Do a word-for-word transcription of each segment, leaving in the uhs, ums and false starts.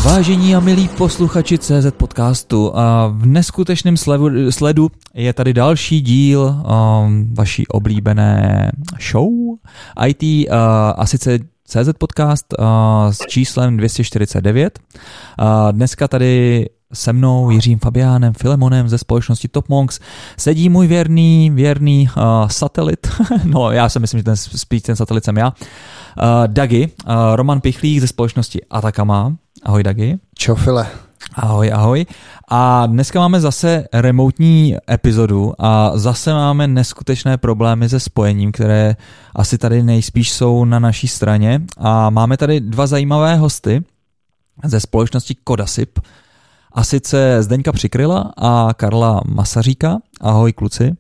Vážení a milí posluchači C Z podcastu, a v neskutečném sledu, sledu je tady další díl um, vaší oblíbené show í té, uh, a sice C Z podcast uh, s číslem dvě stě čtyřicet devět. Uh, dneska tady se mnou, Jiřím Fabiánem, Filemonem ze společnosti TopMonks sedí můj věrný, věrný uh, satelit, no já si myslím, že ten spíš ten satelit jsem já, uh, Dagi, uh, Roman Pichlík ze společnosti Atakama. Ahoj Dagi. Čau File. Ahoj, ahoj. A dneska máme zase remotní epizodu a zase máme neskutečné problémy se spojením, které asi tady nejspíš jsou na naší straně. A máme tady dva zajímavé hosty ze společnosti Kodasip, a sice Zdeňka Přikryla a Karla Masaříka. Ahoj kluci.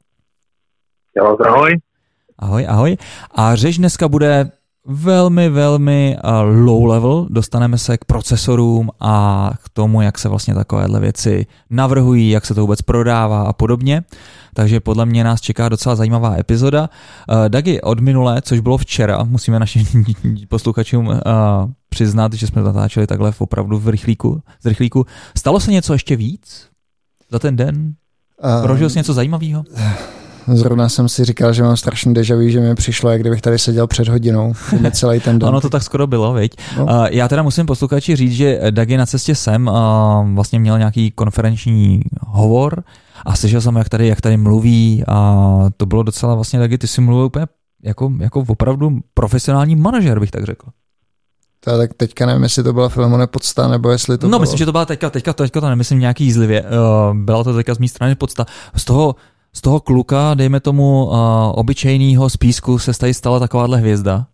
Ahoj. Ahoj, ahoj. A řeč dneska bude velmi, velmi low level. Dostaneme se k procesorům a k tomu, jak se vlastně takovéhle věci navrhují, jak se to vůbec prodává a podobně. Takže podle mě nás čeká docela zajímavá epizoda. Dagi, od minulé, což bylo včera, musíme našim posluchačům přiznat, že jsme natáčeli takhle v opravdu v rychlíku, z rychlíku. Stalo se něco ještě víc za ten den? Prožil jsi něco zajímavého? Zrovna jsem si říkal, že mám strašný déjà vu, že mi přišlo, jak kdybych tady seděl před hodinou. Celý ten den. Ono to tak skoro bylo, viď? No. Uh, já teda musím posluchači říct, že Dagi na cestě sem uh, vlastně měl nějaký konferenční hovor a slyšel jsem, jak tady, jak tady mluví, a to bylo docela vlastně, Dagi, ty jsi mluvil úplně jako, jako opravdu profesionální manažer, bych tak řekl. To, tak teďka nevím, jestli to byla Filemone podsta, nebo jestli to No bylo... myslím, že to byla teďka, teďka, teďka to nemyslím nějaký jízlivě. Uh, byla to teďka z mé strany podsta. Z toho Z toho kluka, dejme tomu uh, obyčejného z písku, se tady stala takováhle hvězda.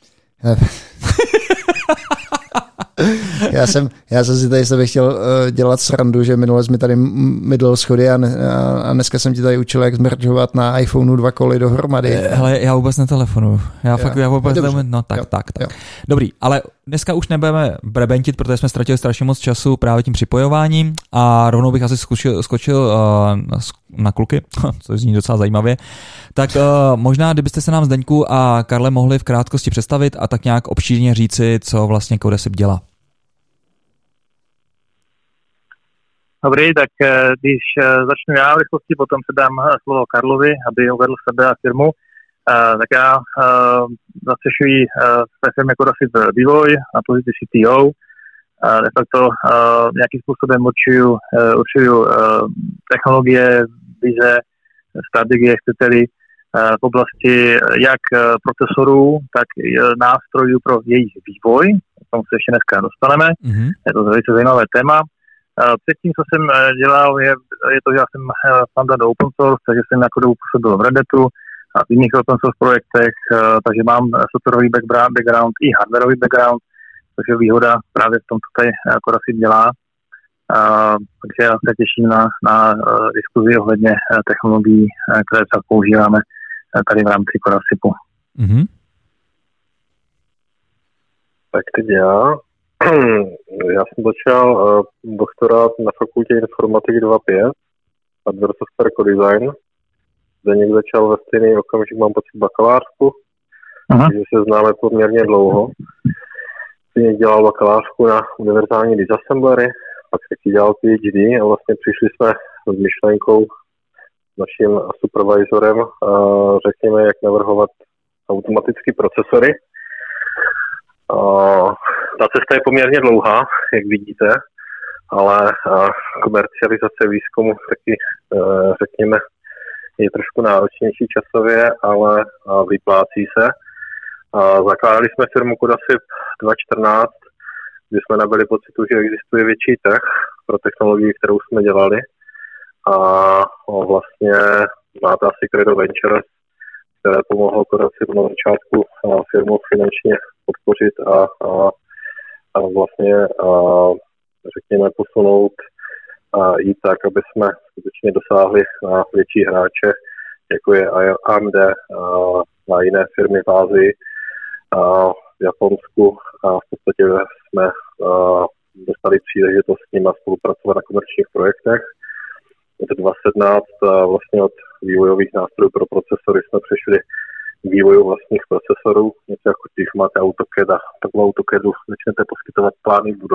já, jsem, já jsem si tady sebe chtěl uh, dělat srandu, že minule jsi mi tady mydl schody a, ne, a dneska jsem ti tady učil, jak zmeržovat na iPhoneu dva koly dohromady. Hele, já vůbec netelefonuju. Já jo. fakt, já vůbec Dobře. No tak, jo. tak, tak. Jo. Dobrý, ale dneska už nebudeme brebentit, protože jsme ztratili strašně moc času právě tím připojováním a rovnou bych asi skočil, skočil uh, na kluky, což zní docela zajímavě. Tak uh, možná, kdybyste se nám Zdeňku a Karle mohli v krátkosti představit a tak nějak obšírně říci, co vlastně Kodasip dělá. Dobrý, tak když začnu já v rychlosti, potom se dám slovo Karlovi, aby uvedl sebe a firmu. Tak já zastřešuji ve firmě Kodasip vývoj na pozici C T O. De facto nějakým způsobem určuju, určuju technologie, vize, strategie, chcete-li, v oblasti jak procesorů, tak nástrojů pro jejich vývoj. K tomu se ještě dneska dostaneme. Mm-hmm. Je to velice zajímavé téma. Předtím, co jsem dělal, je, je to, že já jsem standard open source, takže jsem jako dobu působil v Red Hatu a v jiných open source projektech, takže mám softwarový background i hardwarový background, což je výhoda právě v tom, co tady Kodasip dělá. Takže já se těším na, na diskuzi ohledně technologií, které třeba používáme tady v rámci Kodasipu. Mm-hmm. Tak teď já. Já jsem začal uh, doktorát na fakultě informatiky dva pět, Hardware Software Co-Design. Zdeněk začal ve stejný okamžik, mám pocit, bakalářku, uh-huh. takže se známe poměrně dlouho. Zdeněk dělal bakalářku na univerzální disassemblery, pak taky dělal P H D a vlastně přišli jsme s myšlenkou s naším supervisorem, uh, řekněme, jak navrhovat automatické procesory. Uh, ta cesta je poměrně dlouhá, jak vidíte, ale uh, komercializace výzkumu taky, uh, řekněme, je trošku náročnější časově, ale uh, vyplácí se. Uh, zakládali jsme firmu Kodasip dva tisíce čtrnáct, kdy jsme nabyli pocitu, že existuje větší trh pro technologii, kterou jsme dělali. A uh, vlastně máte asi Credo Ventures, které pomohlo Kodasip na začátku uh, firmu finančně podpořit a, a, a vlastně a, řekněme posunout a jít tak, aby jsme skutečně dosáhli na větší hráče, jako je A M D a, a jiné firmy v Ázii a v Japonsku, a v podstatě jsme a, dostali příležitost s nimi spolupracovat na komerčních projektech. Od dva tisíce sedmnáct a vlastně od vývojových nástrojů pro procesory jsme přešli vývoju vlastních procesorů, něco jako když máte AutoCAD a tak v AutoCADu začnete poskytovat plány budov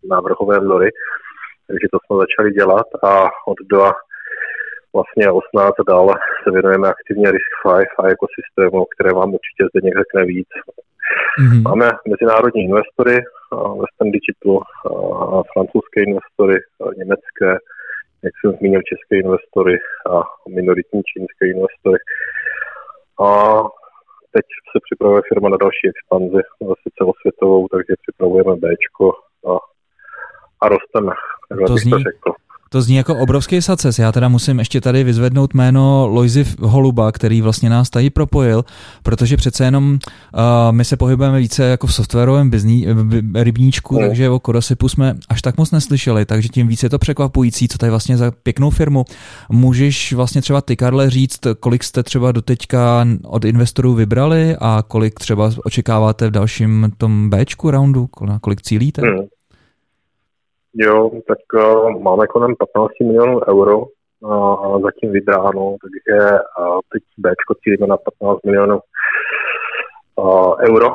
návrhové vzory, takže to jsme začali dělat a od dva vlastně osmnáct a dále se věnujeme aktivně Risk pět a ekosystému, které vám určitě zde někde řekne víc. Mm-hmm. Máme mezinárodní investory, Western Digital, francouzské investory, německé, jak jsem zmínil, české investory a minoritní čínské investory. A teď se připravuje firma na další expanzi, zase celosvětovou, takže připravujeme Bčko a, a rosteme. To zní, to, to zní jako obrovský success. Já teda musím ještě tady vyzvednout jméno Lojzy Holuba, který vlastně nás tady propojil, protože přece jenom uh, my se pohybujeme více jako v softwarovém bizní, rybníčku, mm. takže o Codasypu jsme až tak moc neslyšeli, takže tím víc je to překvapující, co tady vlastně za pěknou firmu. Můžeš vlastně třeba ty, Karle, říct, kolik jste třeba doteďka od investorů vybrali a kolik třeba očekáváte v dalším tom Bčku roundu, kolik cílíte? Mm. Jo, tak uh, máme kolem patnáct milionů euro uh, zatím vybráno, takže uh, teď Bčko cílíme na patnáct milionů uh, euro.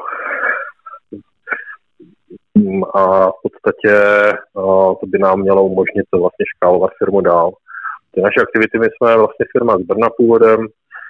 Um, a v podstatě uh, to by nám mělo umožnit to vlastně škálovat firmu dál. Ty naše aktivity, my jsme vlastně firma z Brna původem,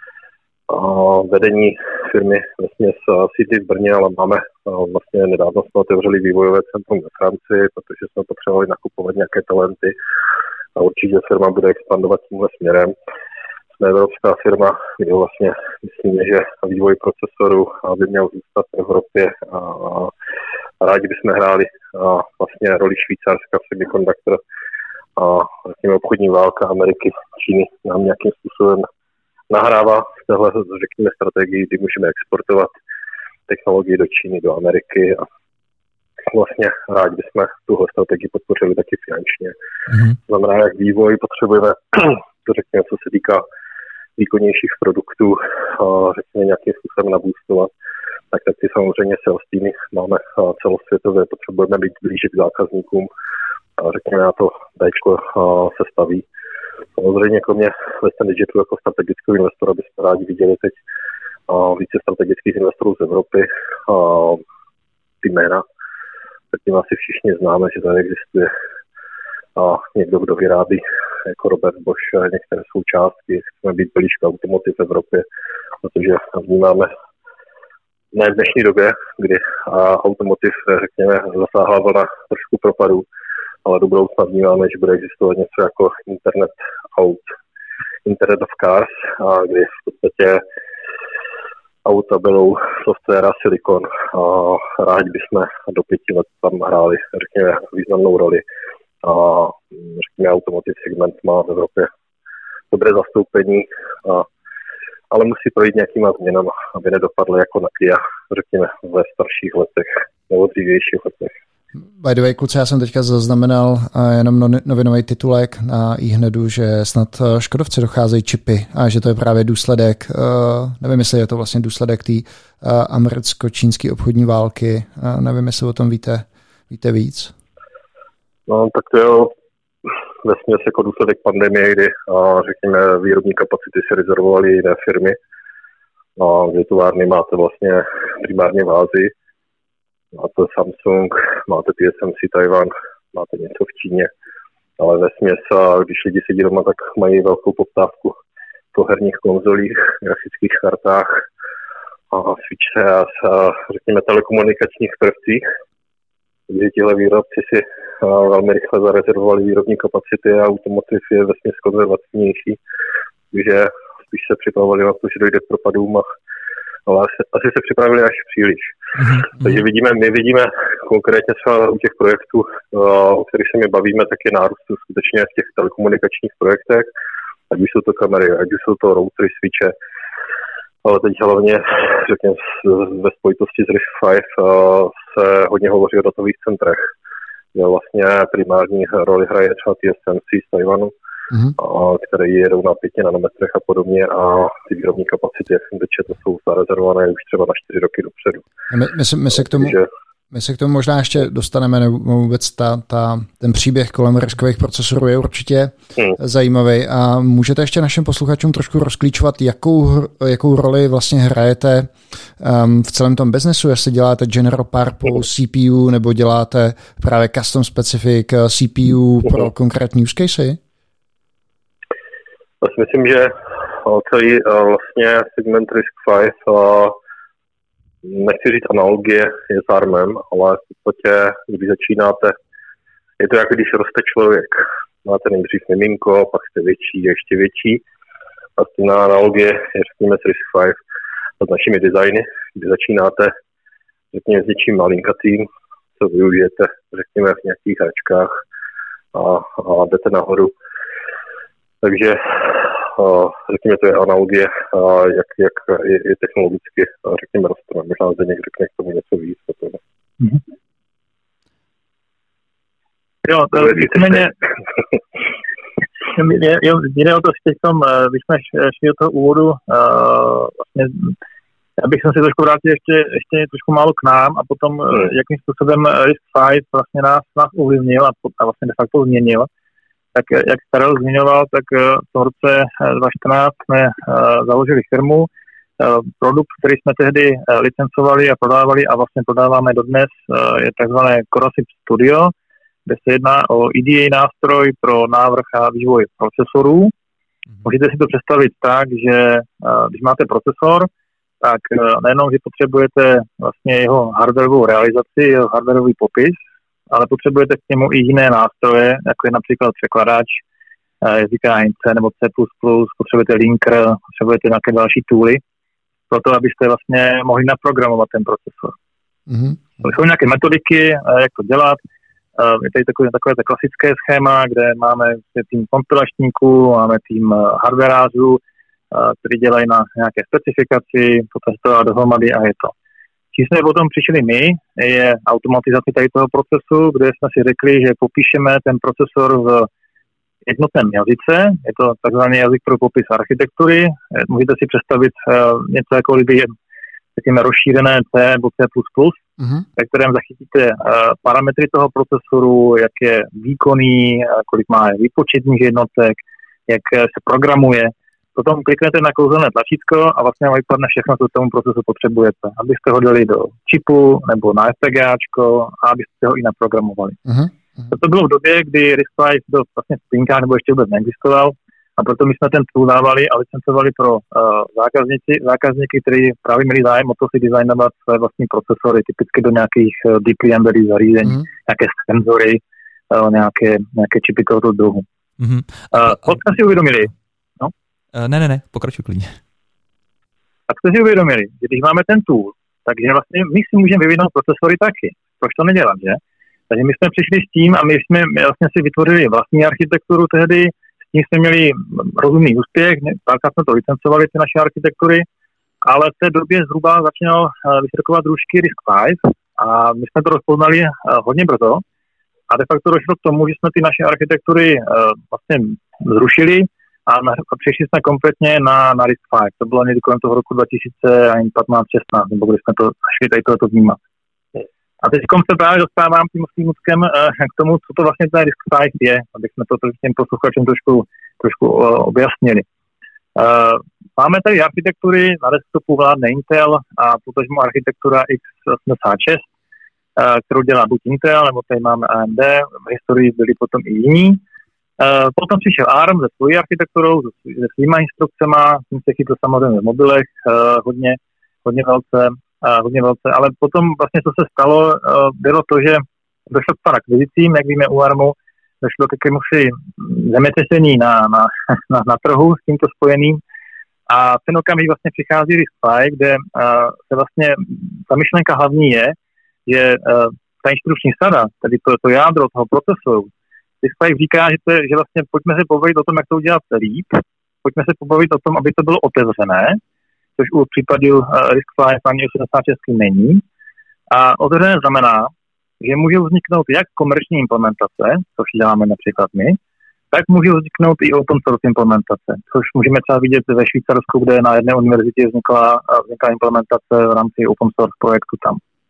uh, vedení firmy vlastně sídlí v Brně, ale máme uh, vlastně nedávno jsme otevřeli vývojové centrum ve Francii, protože jsme potřebovali nakupovat nějaké talenty a určitě firma bude expandovat tímhle směrem. Jsme evropská firma, kde vlastně myslíme, že vývoj procesoru by měl zůstat v Evropě a, a rádi bychom hráli a, vlastně roli Švýcarska v semiconductor a vlastně obchodní válka Ameriky, Číny nám nějakým způsobem nahrává v téhle, řekněme, strategii, kdy můžeme exportovat technologii do Číny, do Ameriky a vlastně rádi bychom tuhle strategii podpořili taky finančně. Mm-hmm. Znamená, jak vývoj potřebujeme, to řekněme, co se týká výkonnějších produktů, řekněme, nějakým způsobem naboostovat, tak taky samozřejmě sales týmy máme celosvětové, potřebujeme být blíže k zákazníkům a řekněme, na to Dčko se staví. Samozřejmě kromě Western Digital jako strategického investora bychom rádi viděli teď uh, více strategických investorů z Evropy, uh, ty jména, zatím asi všichni známe, že tady existuje uh, někdo, kdo vyrábí jako Robert Bosch některé součástky, chceme být blíž k automotiv v Evropě, protože vnímáme ne v dnešní době, kdy uh, automotiv, řekněme, zasáhla vlna trošku propadu, ale do budoucna vnímáme, že bude existovat něco jako Internet aut, Internet of Cars, a kdy v podstatě auta budou software a silikon. A rádi bychom do pěti let tam hráli, řekněme, významnou roli. A řekněme, automotive segment má v Evropě dobré zastoupení, a, ale musí projít nějakýma změnama, aby nedopadlo jako na Kia, řekněme, ve starších letech nebo dřívějších letech. By the way, kluci, já jsem teďka zaznamenal jenom novinový titulek na iHnedu, že snad Škodovce docházejí čipy a že to je právě důsledek, nevím, jestli je to vlastně důsledek té americko-čínské obchodní války, nevím, jestli o tom víte, víte víc. No, tak to je vesměs jako důsledek pandemie, kdy, řekněme, výrobní kapacity si rezervovaly jiné firmy. Vy továrny máte vlastně primárně v Ázii. Máte Samsung, máte T S M C Taiwan, máte něco v Číně, ale vesměs, když lidi sedí doma, tak mají velkou poptávku po herních konzolích, grafických kartách a switche a, a řekněme telekomunikačních prvcích. Takže tihle výrobci si velmi rychle zarezervovali výrobní kapacity a automotiv je vesměs konzervativnější, takže spíš se připravovali na to, že dojde k propadům a ale asi, asi se připravili až příliš. Mm-hmm. Takže vidíme, my vidíme konkrétně třeba u těch projektů, o kterých se my bavíme, tak je nárůst skutečně v těch telekomunikačních projektech, ať už jsou to kamery, ať už jsou to routery, switche, ale teď hlavně, řekněme, ve spojitosti s Risk pět se hodně hovoří o datových centrech, kde vlastně primární roli hraje třeba T S M C z Tajvanu, mm-hmm. které jedou na pěti nanometrech a podobně a ty výrobní kapacity, jak jsem teď četl, jsou zarezervované už třeba na čtyři roky dopředu. My, my, se, my se k tomu... Takže... My se k tomu možná ještě dostaneme, nebo vůbec ta, ta, ten příběh kolem riskových procesorů je určitě hmm. zajímavý. A můžete ještě našim posluchačům trošku rozklíčovat, jakou, jakou roli vlastně hrajete um, v celém tom biznesu, jestli děláte general purpose hmm. C P U, nebo děláte právě custom specific C P U hmm. pro konkrétní use casey? Já si myslím, že celý vlastně segment risk pět nechci říct analogie je s ARMem, ale v podstatě, když začínáte, je to jako když roste člověk. Máte nejdřív miminko, pak jste větší, ještě větší. A stejná analogie je, řekněme, s risk pět s našimi designy, kdy začínáte, řekněme, s něčím malinkatým, co využijete, řekněme, v nějakých hračkách a, a jdete nahoru. Takže řekněme, to je analogie, jak, jak je, je technologicky, řekněme, rozprava. Možná zde někdo řekne k tomu něco víc. Mm-hmm. Jo, to víceméně, jde o to, že tom, když jsme šli do toho úvodu, vlastně, já bych se trošku vrátil ještě, ještě trošku málo k nám a potom, mm. jakým způsobem risk pět vlastně nás, nás ovlivnil a, a vlastně de facto změnil. Tak jak Karel zmiňoval, tak v roce dva tisíce čtrnáct jsme založili firmu. Produkt, který jsme tehdy licencovali a prodávali a vlastně prodáváme dodnes, je takzvané Corasip Studio, kde se jedná o E D A nástroj pro návrh a vývoj procesorů. Můžete si to představit tak, že když máte procesor, tak nejenom, že potřebujete vlastně jeho hardwarovou realizaci, jeho hardwarový popis, ale potřebujete k němu i jiné nástroje, jako je například překladač jazyka A N C nebo C plus plus, potřebujete linker, potřebujete nějaké další tooly, proto abyste vlastně mohli naprogramovat ten procesor. Mm-hmm. Jsou nějaké metodiky, jak to dělat. Je tady takové, takové klasické schéma, kde máme tým kompilačníků, máme tým hardwarářů, kteří dělají na nějaké specifikaci, potom se to dá dohromady a je to. Když jsme potom přišli my, je automatizace tady toho procesu, kde jsme si řekli, že popíšeme ten procesor v jednotném jazyce. Je to takzvaný jazyk pro popis architektury. Můžete si představit něco jako kdyby řekněme rozšířené C nebo C plus plus, mm-hmm. ve kterém zachytíte parametry toho procesoru, jak je výkonný, kolik má výpočetních jednotek, jak se programuje. Potom kliknete na kouzelné tlačítko a vlastně vám vypadne všechno, co k tomu procesu potřebujete. Abyste ho dali do čipu nebo na FPGAčko a abyste ho i naprogramovali. Uh-huh. To bylo v době, kdy risk pět byl vlastně v Plinkách nebo ještě vůbec neexistoval a proto my jsme ten tool dávali a licencovali pro uh, zákazníky, zákazníky, kteří právě měli zájem o to si designovat své vlastní procesory, typicky do nějakých uh, deeply embedded zařízení, uh-huh. nějaké senzory, uh, nějaké, nějaké čipy tohoto druhu. Uh-huh. Uh, uh, uh, si uvědomili, Uh, ne, ne, ne, pokračuj klidně. Tak jste si uvědomili, že když máme ten tool, takže vlastně my si můžeme vyvinout procesory taky. Proč to nedělat, že? Takže my jsme přišli s tím a my jsme vlastně si vytvořili vlastní architekturu tehdy, s tím jsme měli rozumný úspěch, tak jsme to licencovali, ty naše architektury, ale v té době zhruba začínal vystřelovat růžky risk pět a my jsme to rozpoznali hodně brzo a de facto došlo k tomu, že jsme ty naše architektury vlastně zrušili a přišli jsme kompletně na, na risk pět. To bylo někdy kolem toho roku dva tisíce patnáct šestnáct, nebo když jsme to šli tady tohoto vnímat. A teď se právě dostávám tím úzkem k tomu, co to vlastně ten risk pět je, aby jsme to těm posluchačům trošku, trošku objasnili. Uh, máme tady architektury, na desktopu vládne Intel a potažmo architektura x osmdesát šest, uh, kterou dělá buď Intel, nebo tady máme A M D, v historii byli potom i jiní. Uh, potom přišel ARM se svojí architekturou, se svýma instrukcema, tím se chytl samozřejmě v mobilech, uh, hodně, hodně velce, uh, hodně velce, ale potom vlastně co se stalo, uh, bylo to, že došlo k pár akvizicím, jak víme u ARMu, došlo k jakémusi zemětřesení na, na, na, na trhu s tímto spojeným a ten okamžik vlastně přichází risk pět, kde uh, se vlastně ta myšlenka hlavní je, že uh, ta instrukční sada, tedy to, to jádro toho procesoru, risk pět říká, že, to je, že vlastně pojďme se pobavit o tom, jak to udělat líp, pojďme se pobavit o tom, aby to bylo otevřené, což u případu uh, risk pět ani osmdesát šest není. A otevřené znamená, že může vzniknout jak komerční implementace, což děláme například my, tak může vzniknout i open source implementace, což můžeme třeba vidět ve Švýcarsku, kde na jedné univerzitě vznikla, vznikla implementace v rámci open source projektu tam.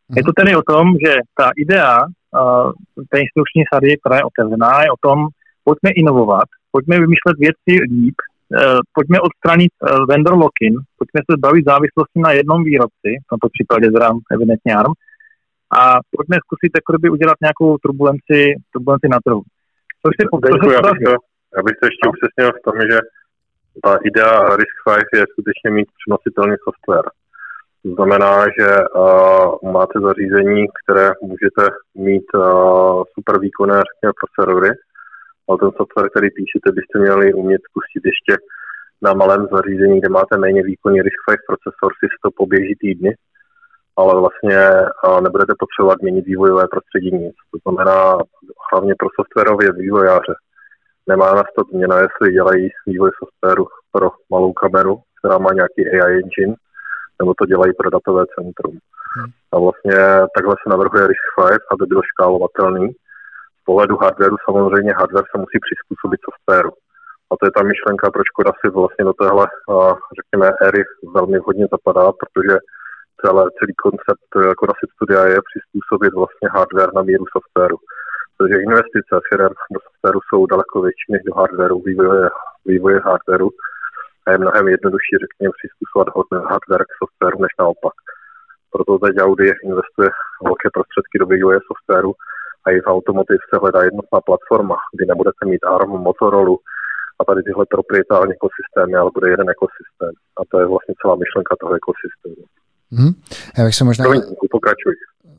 Je to tedy o tom, že ta idea uh, té instrukční sady, která je otevřená, je o tom, pojďme inovovat, pojďme vymýšlet věci líp, uh, pojďme odstranit uh, vendor lock-in, pojďme se zbavit závislosti na jednom výrobci, v tomto případě teda evidentně ARM, a pojďme zkusit jakoby udělat nějakou turbulenci, turbulenci na trhu. Což se, Děkuji, já, bych to, já bych to ještě upřesnil v tom, že ta idea RISC-V je skutečně mít přenositelný software. To znamená, že uh, máte zařízení, které můžete mít uh, super výkonné, řekněme, procesory, ale ten software, který píšete, byste měli umět spustit ještě na malém zařízení, kde máte méně výkonný RISC-V procesor, si to poběží týdny, ale vlastně uh, nebudete potřebovat měnit vývojové prostředí nic. To znamená, hlavně pro softwarově vývojáře nemá nastat změna, jestli dělají vývoj softwaru pro malou kameru, která má nějaký A I engine, nebo to dělají pro datové centrum. Hmm. A vlastně takhle se navrhuje RISC-V, aby byl škálovatelný. Z pohledu hardwareu samozřejmě hardware se musí přizpůsobit softwaru. A to je ta myšlenka, proč Škoda si vlastně do téhle, řekněme, éry velmi hodně zapadá, protože celé, celý koncept Škoda Studia je přizpůsobit vlastně hardware na míru softwaru. Protože investice firem do softwaru jsou daleko větší než do hardwareu, vývoje, vývoje hardwareu. A je mnohem jednodušší, řekněme, přizpůsobovat hardware k softwaru, než naopak. Proto teď Audi investuje velké prostředky do vývoje softwaru a i v Automotive se hledá jednotná platforma, kdy nebudete mít ARM, Motorola a tady tyhle proprietární ekosystémy, ale bude jeden ekosystém. A to je vlastně celá myšlenka toho ekosystému. Hmm. Já bych se možná... Promiň, pokračuj.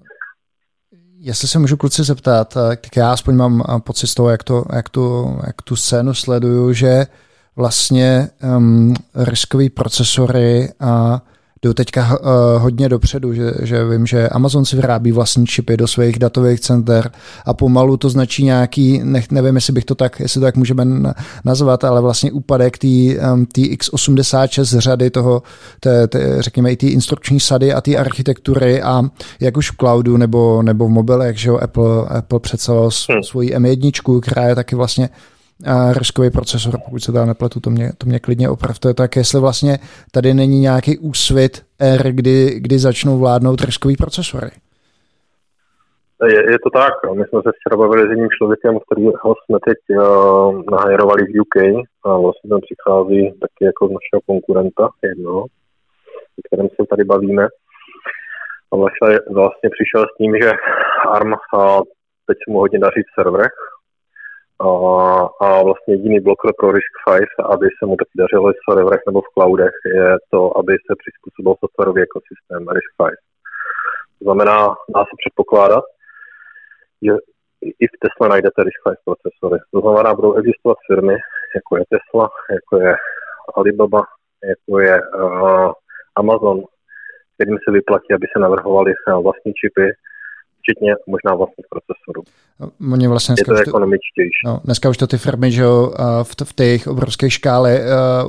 Jestli se můžu kluci zeptat, tak já aspoň mám pocit z toho, jak, to, jak, tu, jak tu scénu sleduju, že vlastně um, riskový procesory a jdou teďka uh, hodně dopředu, že, že vím, že Amazon si vyrábí vlastní čipy do svých datových center a pomalu to značí nějaký, nech, nevím, jestli bych to tak, jestli to tak můžeme nazvat, ale vlastně úpadek té um, X osmdesát šest řady toho, té, té, řekněme i té instrukční sady a té architektury a jak už v cloudu nebo, nebo v mobilech, že jo, Apple, Apple představil svoji M jedna, která je taky vlastně a riskový procesor, pokud se dá nepletu, to mě, to mě klidně opravte, tak jestli vlastně tady není nějaký úsvit éry, kdy, kdy začnou vládnout riskový procesory. Je, je to tak. My jsme se včera bavili s jedním člověkem, kterýho jsme teď uh, nahajrovali v U K a vlastně tam přichází taky jako z našeho konkurenta jednoho, o kterém se tady bavíme. A vlastně, vlastně přišel s tím, že ARM a teď se mu hodně daří v serverech, A, a vlastně jediný blokr pro RISC-V, aby se mu taky dařilo v serverech nebo v cloudech, je to, aby se přizpůsobil softwarový ekosystém RISC-V. To znamená, dá se předpokládat, že i v Tesla najdete RISC-V procesory. To znamená, budou existovat firmy, jako je Tesla, jako je Alibaba, jako je uh, Amazon, kterým se vyplatí, aby se navrhovali vlastní čipy, včetně možná vlastních procesorů. No, vlastně je to ekonomičtější. No, dneska už to ty firmy, že v, v té jejich obrovské škále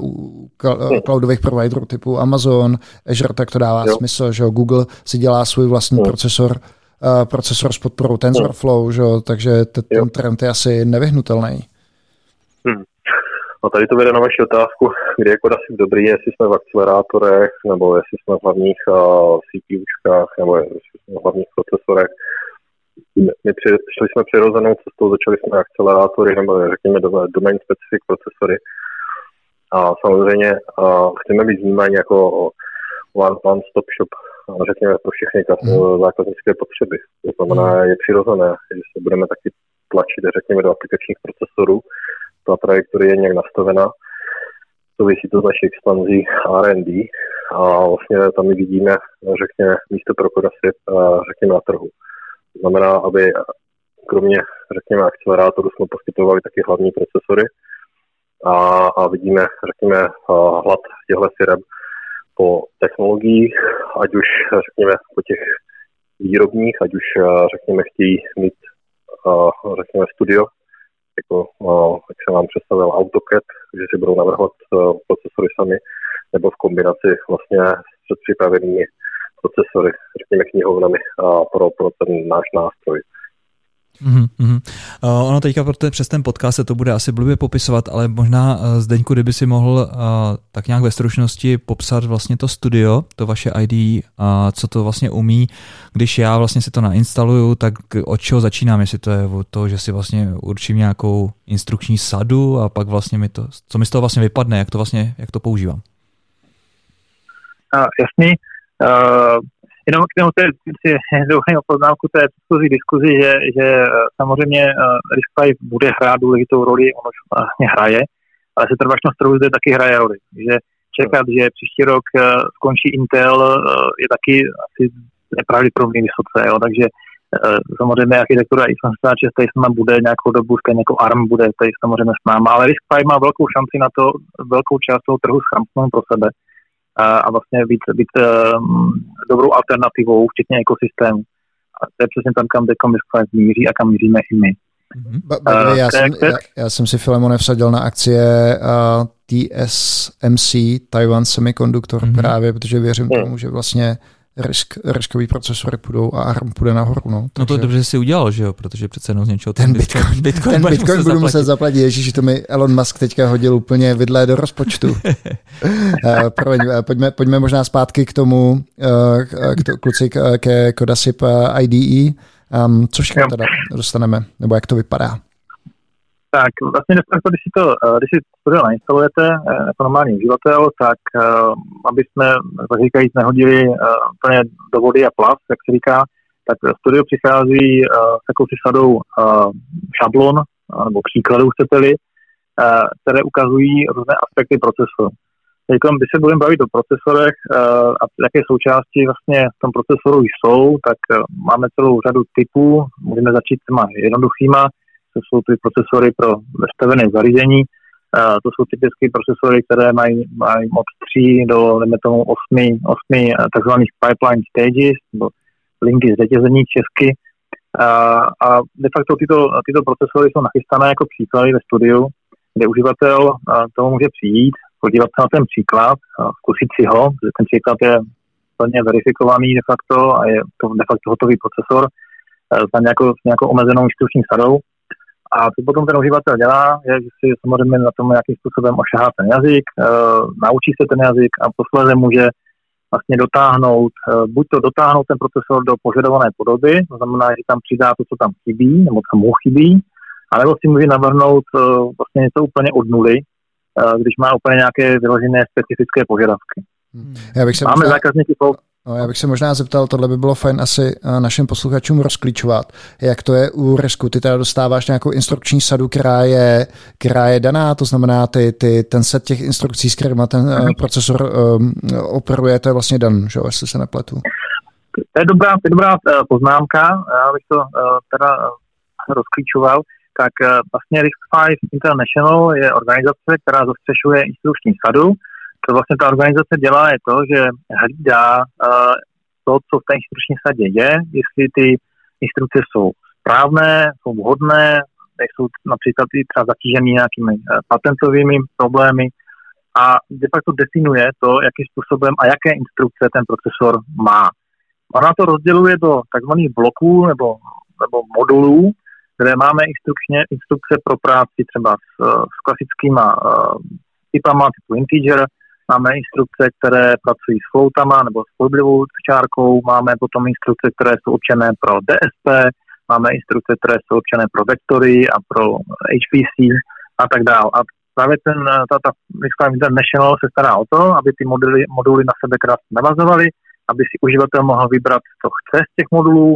uh, hmm. cloudových providerů typu Amazon, Azure, tak to dává jo. smysl, že Google si dělá svůj vlastní hmm. procesor, uh, procesor s podporou TensorFlow, hmm. že takže t- ten trend je asi nevyhnutelný. Hmm. A tady to vede na vaši otázku, kde je Škoda dobrý, jestli jsme v akcelerátorech, nebo jestli jsme v hlavních uh, CPUčkách, nebo jestli jsme v hlavních procesorech. My při, šli jsme přirozenou cestou, začali jsme akcelerátory, nebo řekněme domain specific procesory. A samozřejmě uh, chceme být vnímáni jako one, one stop shop, řekněme pro všechny mm. zákaznické potřeby. To znamená, je přirozené, že se budeme taky tlačit, řekněme, do aplikačních procesorů. Ta trajektorie je nějak nastavená. Souvisí to s naší expanzí R and D a vlastně tam my vidíme, řekněme, místo pro Škoda, řekněme, na trhu. To znamená, aby kromě, řekněme, akcelerátorů jsme poskytovali taky hlavní procesory a, a vidíme, řekněme, hlad těchto firem po technologiích, ať už, řekněme, po těch výrobních, ať už, řekněme, chtějí mít, řekněme, studio, jako, jak se vám představil AutoCAD, že si budou navrhovat procesory sami, nebo v kombinaci vlastně s předpřipravenými procesory, řekněme knihovnami pro, pro ten náš nástroj. Mm-hmm. Uh, ono teďka ten, přes ten podcast se to bude asi blbě popisovat, ale možná uh, Zdeňku, kdyby si mohl uh, tak nějak ve stručnosti popsat vlastně to studio, to vaše I D, uh, co to vlastně umí. Když já vlastně si to nainstaluju, tak od čeho začínám, jestli to je od toho, že si vlastně určím nějakou instrukční sadu a pak vlastně mi to, co mi z toho vlastně vypadne, jak to vlastně, jak to používám. Uh, jasný. Uh... Jenom k tomu si dovolím poznámku té diskuzi, diskuzi, že, že samozřejmě RISC-V bude hrát důležitou roli, ono už vlastně hraje, ale setrvačnost trhu zde taky hraje roli. Že čekat, že příští rok skončí Intel, je taky asi nepravděpodobně vysoce, jo. Takže samozřejmě architektura x osmdesát šest tady s náma bude nějakou dobu, stejně jako ARM bude tady samozřejmě s náma, ale RISC-V má velkou šanci na to, velkou část toho trhu schrámknout pro sebe. A vlastně být, být um, dobrou alternativou, včetně ekosystému. A to je přesně tam, kam RISC-V míří a kam míříme i my. Mm-hmm. Uh, já, jsem, já, já jsem si, Filemone, vsadil na akcie uh, T S M C, Taiwan Semiconductor, mm-hmm. právě, protože věřím mm. tomu, že vlastně risk, riskový procesory půjdou a ARM půjde nahoru. No, no to je dobře, že jsi udělal, že jo, protože přece jenom z něčeho ten, ten Bitcoin, Bitcoin, Bitcoin, ten Bitcoin budu zaplatit. muset zaplatit. Ježíši, to mi Elon Musk teďka hodil úplně vidlé do rozpočtu. uh, proveň, uh, pojďme, pojďme možná zpátky k tomu, uh, k to, kluci, k, ke Codasip uh, I D E. Um, co všechno teda dostaneme, nebo jak to vypadá? Tak vlastně když si to, když si to nainstalujete jako normální uživatel, tak aby jsme, tak říkajíc, nehodili úplně do vody a plast, jak se říká, tak Studio přichází s jakousi sadou šablon nebo příkladů, chcete-li, které ukazují různé aspekty procesoru. Teď, když se budeme bavit o procesorech a jaké součásti vlastně v tom procesoru jsou, tak máme celou řadu typů, můžeme začít těma jednoduchýma. To jsou ty procesory pro vestavené zařízení. To jsou typické procesory, které mají, mají od tří do, dejme tomu, osmi, osmi takzvaných pipeline stages, nebo linky zřetězení česky. A de facto tyto, tyto procesory jsou nachystané jako příklady ve studiu, kde uživatel toho může přijít, podívat se na ten příklad, zkusit si ho, že ten příklad je plně verifikovaný de facto a je to de facto hotový procesor s nějakou, nějakou omezenou instrukční sadou. A co potom ten uživatel dělá, je, že si samozřejmě na tom nějakým způsobem ošahá ten jazyk, e, naučí se ten jazyk a posléze může vlastně dotáhnout, e, buď to dotáhnout ten procesor do požadované podoby, to znamená, že tam přidá to, co tam chybí, nebo co mu chybí, anebo si může navrhnout e, vlastně něco úplně od nuly, e, když má úplně nějaké vyložené specifické požadavky. Hmm. Já bych se Máme možná... zákazníky po... No, já bych se možná zeptal, tohle by bylo fajn asi našim posluchačům rozklíčovat, jak to je u RISCu. Ty teda dostáváš nějakou instrukční sadu, která je, která je daná, to znamená ty, ty, ten set těch instrukcí, s kterýma ten uh, procesor um, operuje, to je vlastně dan, že jo, jestli se nepletu. To je dobrá, to je dobrá uh, poznámka, já bych to uh, teda uh, rozklíčoval. Tak uh, vlastně RISC-V International je organizace, která zastřešuje instrukční sadu. To vlastně ta organizace dělá je to, že hlídá uh, to, co v té instrukční sadě je, jestli ty instrukce jsou správné, jsou vhodné, nejsou například i třeba zatížený nějakými uh, patentovými problémy a de facto definuje to, jakým způsobem a jaké instrukce ten procesor má. Ona to rozděluje do takzvaných bloků nebo, nebo modulů, kde máme instrukčně, instrukce pro práci třeba s, s klasickýma uh, typama typu integer. Máme instrukce, které pracují s floatama nebo s pohyblivou čárkou, máme potom instrukce, které jsou určené pro D S P, máme instrukce, které jsou určené pro vektory a pro H P C a tak dále. A právě ten, ta, ta RISC-V International se stará o to, aby ty moduly, moduly na sebe krásně navazovaly, aby si uživatel mohl vybrat, co chce z těch modulů,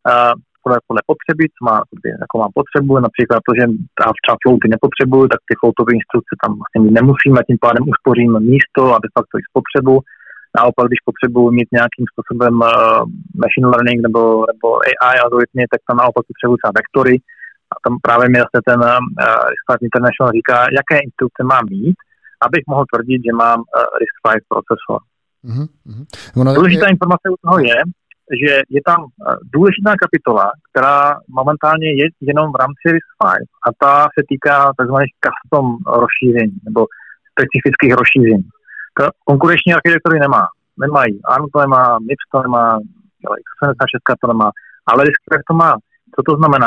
podle, podle potřeby, co má, jako má potřebu, například to, že třeba floaty nepotřebuju, tak ty floatové instrukce tam vlastně nemusím a tím pádem uspořím místo a de facto i spotřebu. Naopak, když potřebuji mít nějakým způsobem uh, machine learning nebo, nebo A I algoritmy, tak tam naopak potřebuji třeba vektory a tam právě mi vlastně ten uh, RISC-V International říká, jaké instrukce mám mít, abych mohl tvrdit, že mám uh, RISC-V procesor. Mm-hmm. Důležitá je... informace u toho je, že je tam důležitá kapitola, která momentálně je jenom v rámci RISC-V a ta se týká tzv. Custom rozšíření nebo specifických rozšíření. To konkurenční architektury nemá. Nemají. ARM to nemá, M I P S to nemá, x osmdesát šest to nemá, ale RISC-V to má. Co to znamená?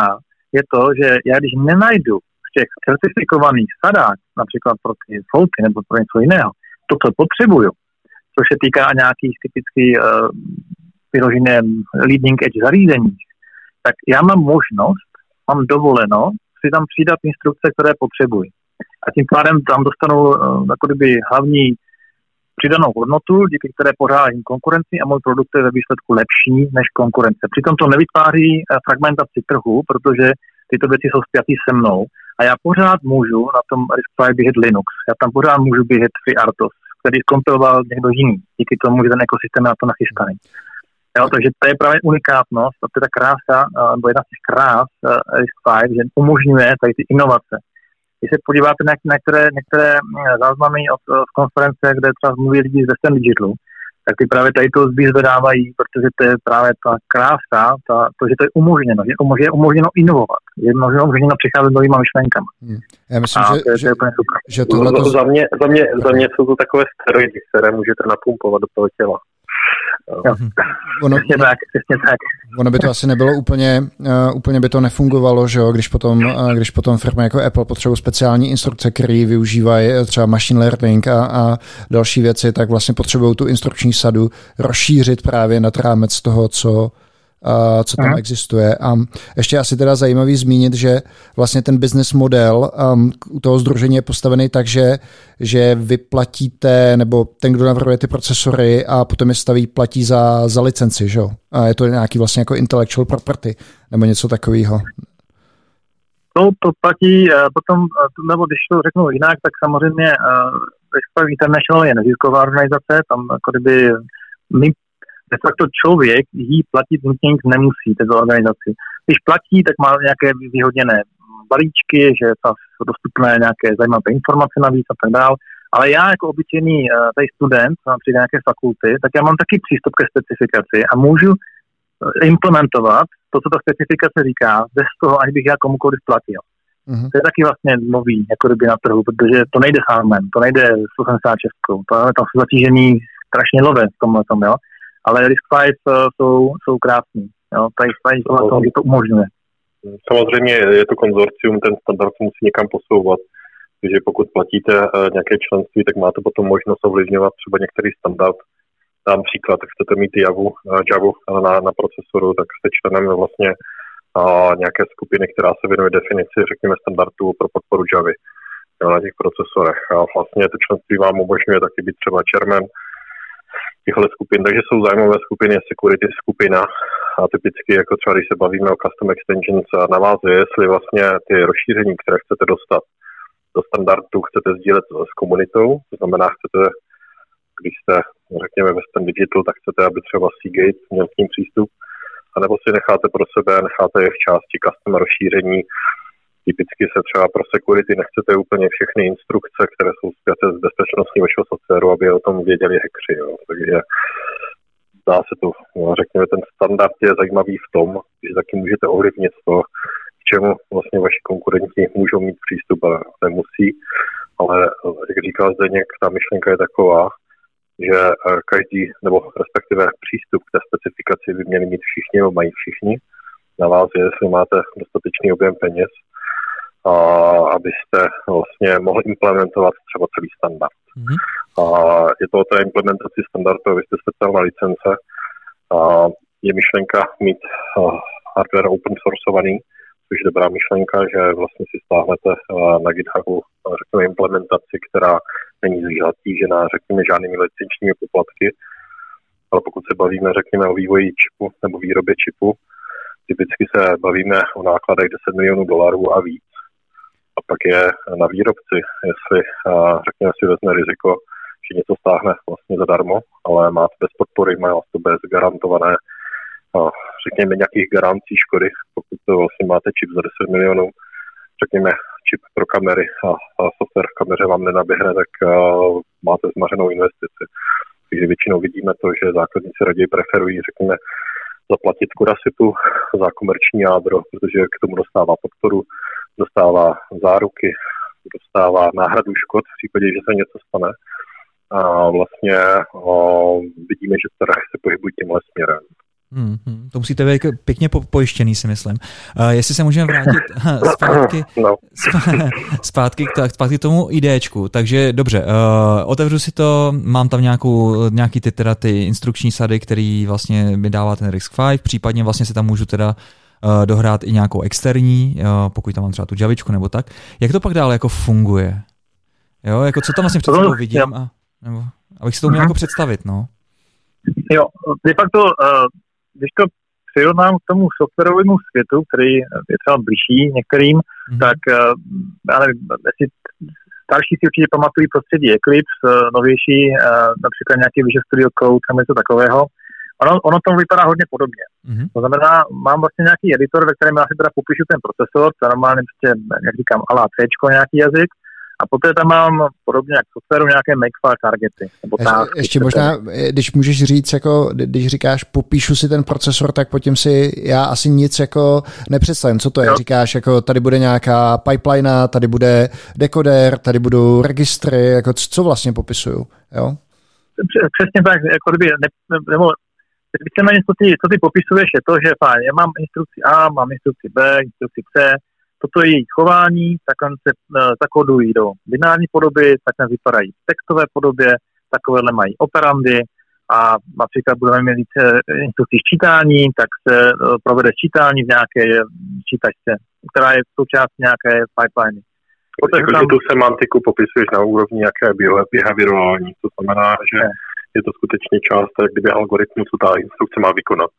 je to, že já když nenajdu v těch certifikovaných sadách, například pro ty folky nebo pro něco jiného, to, co potřebuju, což se týká nějakých typických uh, vyloženě leading edge zařízení, tak já mám možnost, mám dovoleno si tam přidat instrukce, které potřebuji. A tím pádem tam dostanu uh, jako kdyby hlavní přidanou hodnotu, díky které pořádím konkurenci a můj produkt je ve výsledku lepší než konkurence. Přitom to nevytváří fragmentaci trhu, protože tyto věci jsou spjatý se mnou a já pořád můžu na tom RISC-V běžet Linux. Já tam pořád můžu běžet FreeRTOS, který kompiloval někdo jiný, díky tomu, že ten ekosystém je na to nachystaný. Jo, takže to je právě unikátnost a to je ta krása, nebo jedna z těch krás RISC-V, že umožňuje tady ty inovace. Když se podíváte na některé, některé záznamy od, od konference, kde třeba mluví lidi z Western Digitalu, tak ty právě tady to vyzvedávají, protože to je právě ta krása, ta, to, že to je umožněno, že je umožněno inovovat, že je umožněno přicházet novýma myšlenkama. Hmm. Já myslím, a že, to je, že, to je úplně super. Že tohleto... za, mě, za, mě, za mě jsou to takové steroidy, které můžete napumpovat do toho těla. Jo. Ono, přesně tak, přesně tak. Ono by to asi nebylo úplně, uh, úplně by to nefungovalo, že jo, když potom, uh, když potom firmy jako Apple potřebují speciální instrukce, které využívají třeba machine learning a, a další věci, tak vlastně potřebují tu instrukční sadu rozšířit právě nad rámec toho, co Uh, co tam Aha. existuje. A ještě asi teda zajímavý zmínit, že vlastně ten business model um, u toho sdružení je postavený tak, že, že vy platíte, nebo ten, kdo navrhuje ty procesory a potom je staví, platí za, za licenci, že jo? A je to nějaký vlastně jako intellectual property, nebo něco takového. To, to platí potom, nebo když to řeknu jinak, tak samozřejmě uh, International je nezisková organizace, tam jako kdyby my de facto člověk jí platit nutně nic nemusí této organizaci. Když platí, tak má nějaké vyhodněné balíčky, že jsou dostupné nějaké zajímavé informace navíc a tak dále. Ale já jako obyčejný tady student, při nějaké fakulty, tak já mám taky přístup ke specifikaci a můžu implementovat to, co ta specifikace říká, bez toho, aniž bych já komukoliv platil. Mm-hmm. To je taky vlastně nový, jako kdyby na trhu, protože to nejde sámem, to nejde s osmdesát šest, to je tam jsou zatížení strašně lové v tomhle tom, jo. Ale RISC-V uh, jsou, jsou krásný. Jo? Tady to, to umožňuje. Samozřejmě je to konzorcium, ten standard se musí někam posouvat. Takže pokud platíte uh, nějaké členství, tak máte potom možnost ovlivňovat třeba některý standard. Dám příklad, tak chcete mít Javu, uh, Javu na, na procesoru, tak jste členem vlastně uh, nějaké skupiny, která se věnuje definici, řekněme, standardů pro podporu Javy jo, na těch procesorech. A vlastně to členství vám umožňuje taky být třeba chairman těchto skupin, takže jsou zájmové skupiny, security skupina a typicky jako třeba, když se bavíme o custom extensions a navázuje, jestli vlastně ty rozšíření, které chcete dostat do standardu, chcete sdílet s komunitou, to znamená, chcete, když jste, řekněme, Western Digital, tak chcete, aby třeba Seagate měl k ním přístup, anebo si necháte pro sebe, necháte je v části custom rozšíření. Typicky se třeba pro security nechcete úplně všechny instrukce, které jsou spjaté s bezpečností vašeho softwaru, aby o tom věděli hackři. Jo. Takže dá se to, no, řekněme, ten standard je zajímavý v tom, že taky můžete ovlivnit to, k čemu vlastně vaši konkurenti můžou mít přístup a nemusí. Ale jak říkal Zdeněk, ta myšlenka je taková, že každý, nebo respektive přístup k té specifikaci by měli mít všichni, nebo mají všichni. Na vás je, jestli máte dostatečný objem peněz, a abyste vlastně mohli implementovat třeba celý standard. Mm-hmm. A je to o té implementaci standardu, vy jste speciální licence. A je myšlenka mít uh, hardware open sourceovaný, což je dobrá myšlenka, že vlastně si stáhnete uh, na GitHubu uh, řekněme implementaci, která není zatížená, řekněme, žádnými licenčními poplatky. Ale pokud se bavíme, řekněme, o vývoji čipu nebo výrobě čipu, typicky se bavíme o nákladech deset milionů dolarů a víc. A pak je na výrobci, jestli, řekněme, si vezme riziko, že něco stáhne vlastně zadarmo, ale máte bez podpory, má to bez garantované, řekněme, nějakých garancí škody, pokud to vlastně máte čip za deset milionů, řekněme, čip pro kamery a software v kameře vám nenaběhne, tak máte zmařenou investici. Takže většinou vidíme to, že zákazníci raději preferují, řekněme, zaplatit Curacitu za komerční jádro, protože k tomu dostává podporu, dostává záruky, dostává náhradu škod v případě, že se něco stane. A vlastně o, vidíme, že trh se pohybuje tímhle směrem. Mm-hmm. To musíte být pěkně pojištěný, si myslím. Uh, jestli se můžeme vrátit zpátky, no. zpátky, k, zpátky k tomu IDčku. Takže dobře, uh, otevřu si to, mám tam nějakou, nějaký ty, teda ty instrukční sady, který vlastně mi dává ten Risk pět, případně vlastně se tam můžu teda uh, dohrát i nějakou externí, uh, pokud tam mám třeba tu Javičku nebo tak. Jak to pak dále jako funguje? Jo, jako co tam vlastně před sebou vidím? A, nebo, abych si to uměl jako představit, no. Jo, de facto, uh, když to přirovnám k tomu softwarovému světu, který je třeba blížší některým, mm-hmm. tak uh, já nevím, jestli starší si určitě pamatují prostředí Eclipse, uh, novější, uh, například nějaký Visual Studio Code, nebo něco takového. Ono, ono to vypadá hodně podobně. Mm-hmm. To znamená, mám vlastně nějaký editor, ve kterém já si teda popíšu ten procesor, to je normálně prostě, jak říkám, ala C, nějaký jazyk, a poté tam mám podobně jak v softwaru nějaké makefile targety. Nebo ještě, tasky, ještě možná, když můžeš říct, jako, když říkáš popíšu si ten procesor, tak pod tím si já asi nic jako nepředstavím. Co to je? Jo. Říkáš, jako tady bude nějaká pipeline, tady bude dekoder, tady budou registry, jako co vlastně popisuju, jo? Přesně tak, jako kdyby, ne, nebo víceméně, co ty, co ty popisuješ, je to, že fajn, já mám instrukci A, mám instrukci B, instrukci C, toto je jejich chování, takhle se uh, zakodují do binární podoby, takhle vypadají v textové podobě, takovéhle mají operandy a například budeme mít více instrukcí sčítání, tak se uh, provede sčítání v nějaké čítačce, která je součást nějaké pipeliny. Takže tam... tu semantiku popisuješ na úrovni nějaké behaviorální, to znamená, že ne. je to skutečně část, kdyby algoritmu, co ta instrukce má vykonat.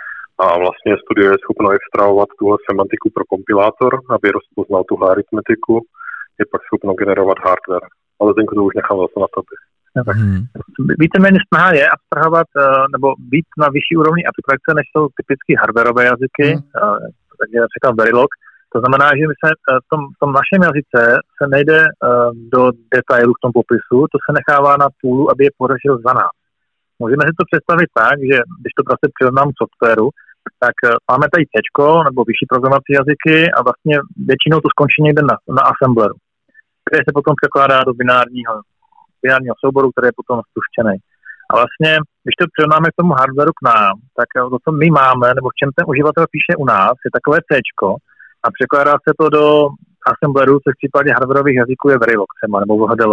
A vlastně studio je schopno extrahovat tuhle semantiku pro kompilátor, aby rozpoznal tuhle aritmetiku, je pak schopno generovat hardware. Ale Zdenku to už nechám zase na tobě. Hmm. Víceméně snaha je abstrahovat nebo být na vyšší úrovni abstrakce, než jsou typické hardwareové jazyky, hmm. takže například Verilog. To znamená, že my se v tom, v tom našem jazyce se nejde do detailů v tom popisu, to se nechává na toolu, aby je podařil za nás. Můžeme si to představit tak, že když to prostě přirovnám k softwaru, tak máme tady C nebo vyšší programovací jazyky a vlastně většinou to skončí někde na, na assembleru, který se potom překládá do binárního, binárního souboru, který je potom spuštěný. A vlastně, když to přirovnáme k tomu hardwareu k nám, tak to, co my máme, nebo v čem ten uživatel píše u nás, je takové C a překládá se to do assembleru, což v případě hardwareových jazyků je Verilog třeba, nebo V H D L.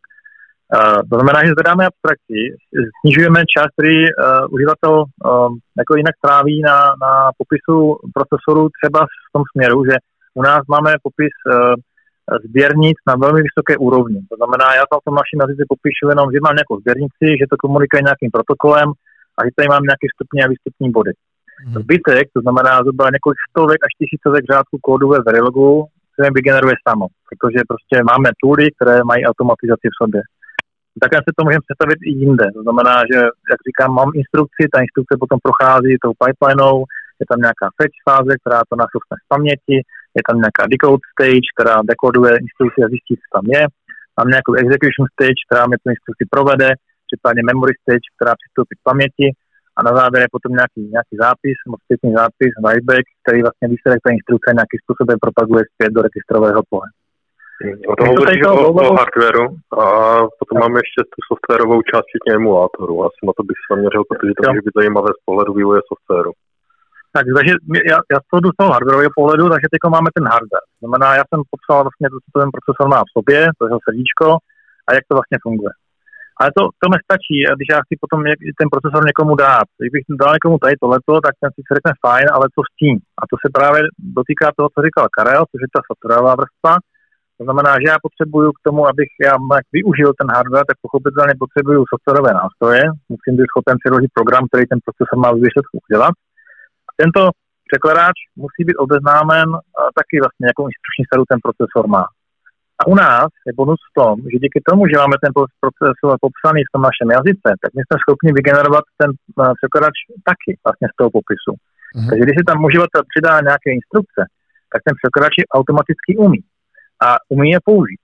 Uh, to znamená, že zvedáme abstrakci, snižujeme čas, který uh, uživatel uh, jako jinak tráví na, na popisu procesoru třeba v tom směru, že u nás máme popis uh, sběrnic na velmi vysoké úrovni. To znamená, já tam v tom našem jazyce popíšu jenom, že mám nějakou sběrnici, že to komunikuje nějakým protokolem a že tady mám nějaké stupně a výstupní body. Mm. Zbytek, to znamená zhruba několik stovek až tisícovek řádků kódu ve Verilogu, se vygeneruje samo, protože prostě máme tooly, které mají automatizaci v sobě. Takhle se to můžeme představit i jinde. To znamená, že, jak říkám, mám instrukci, ta instrukce potom prochází tou pipelinou, je tam nějaká fetch fáze, která to nasoustne z paměti, je tam nějaká decode stage, která dekoduje instrukci a zjistí, co tam je. Mám nějakou execution stage, která mě tu instrukci provede, případně memory stage, která přistoupí k paměti a na závěr je potom nějaký, nějaký zápis, zpětný zápis, writeback, který vlastně výsledek té instrukce nějakým způsobem propaguje zpět do registrového pole. O to hovoříš o, o hardwareu a potom máme ještě tu softwarovou část včetně emulátoru. Asi na to bych se zaměřil, protože to může být zajímavé z pohledu vývoje softwaru. Tak, takže já, já to jdu z toho hardwarového pohledu, takže teď máme ten hardware. To znamená, já jsem popsal vlastně to, co ten procesor má v sobě, to je srdíčko a jak to vlastně funguje. Ale to, to nestačí, když já chci potom ten procesor někomu dát. Když bych dal někomu tady tohleto, tak ten si řekne fajn, ale co s tím? A to se právě dotýká toho, co říkal Karel, což je ta softwarová vrstva. To znamená, že já potřebuju k tomu, abych já využil ten hardware, tak pochopitelně potřebuju softwarové nástroje. Musím být schopen přiložit program, který ten procesor má v výsledku udělat. A tento překladač musí být obeznámen taky vlastně, jakou instrukční sadu ten procesor má. A u nás je bonus v tom, že díky tomu, že máme ten procesor popsaný v tom našem jazyce, tak my jsme schopni vygenerovat ten překladač taky vlastně z toho popisu. Mm-hmm. Takže když si tam uživatel přidá nějaké instrukce, tak ten překladač je automaticky umí. A umí je použít.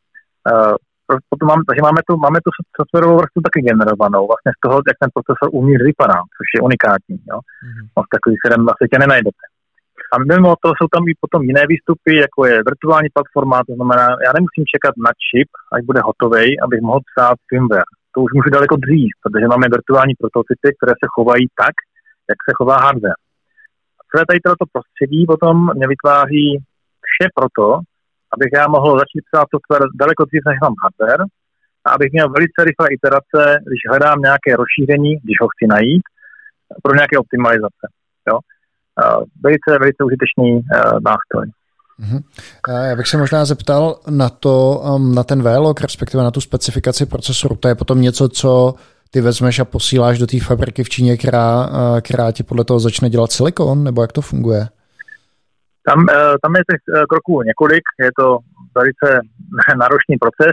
Uh, potom mám, takže máme tu, máme tu softwarovou vrstvu taky generovanou, vlastně z toho, jak ten procesor uvnitř vypadá, což je unikátní. Jo? Mm-hmm. No, takový firem na světě nenajdete. A mimo toho jsou tam i potom jiné výstupy, jako je virtuální platforma, to znamená, já nemusím čekat na čip, až bude hotovej, abych mohl psát firmware. To už můžu daleko dřív, protože máme virtuální prototypy, které se chovají tak, jak se chová hardware. A celé tady toto prostředí potom mě vytváří vše proto, abych já mohl začít psát software daleko dřív, než mám hardware, a abych měl velice rychlé iterace, když hledám nějaké rozšíření, když ho chci najít, pro nějaké optimalizace. Jo? Velice, velice užitečný nástroj. Mm-hmm. Já bych se možná zeptal na to, na ten V-log, respektive na tu specifikaci procesoru. To je potom něco, co ty vezmeš a posíláš do té fabriky v Číně, která, která ti podle toho začne dělat silikon, nebo jak to funguje? Tam, tam je těch kroků několik, je to velice náročný proces.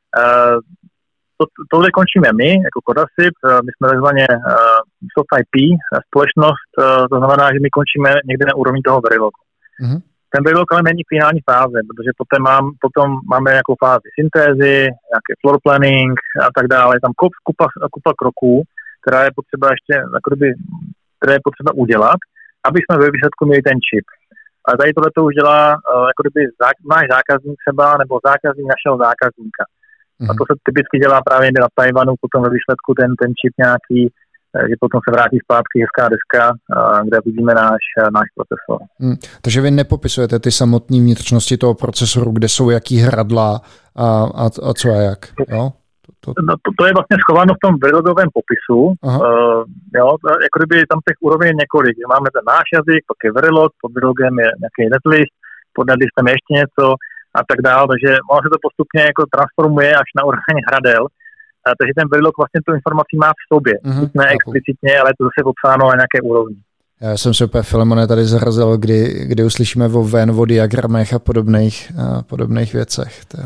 To, tohle končíme my, jako Codasip, my jsme takzvaně Soft I P společnost, to znamená, že my končíme někde na úrovni toho Verilogu. Mm-hmm. Ten Verilog ale není finální fáze, protože potom, mám, potom máme nějakou fázi syntézy, nějaký floor planning a tak dále. Je tam kupa, kupa kroků, která je potřeba ještě, jako kdyby, které je potřeba udělat, aby jsme ve výsledku měli ten čip. Ale tady tohle to už dělá, jako kdyby náš zákazník třeba, nebo zákazník našeho zákazníka. Mm-hmm. A to se typicky dělá právě na Tajvanu, potom ve výsledku ten, ten čip nějaký, že potom se vrátí zpátky hezká deska, kde vidíme náš, náš procesor. Hmm, takže vy nepopisujete ty samotné vnitřnosti toho procesoru, kde jsou jaký hradla a, a, a co a jak, jo? To, to... No, to, to je vlastně schováno v tom Verilogovém popisu. Uh, jo, jako kdyby tam těch úroveň je několik. Máme ten náš jazyk, pak je Verilog, pod Verilogem je nějaký netlist, pod netlistem je ještě něco a tak dále, takže ono se to postupně jako transformuje až na úroveň hradel. A takže ten Verilog vlastně tu informaci má v sobě. Mm-hmm. Ne explicitně, ale to zase popsáno na nějaké úrovni. Já jsem se úplně, Filemone, tady zarazil, kdy, kdy uslyšíme o Venn, o diagramech a podobných, a podobných věcech. To...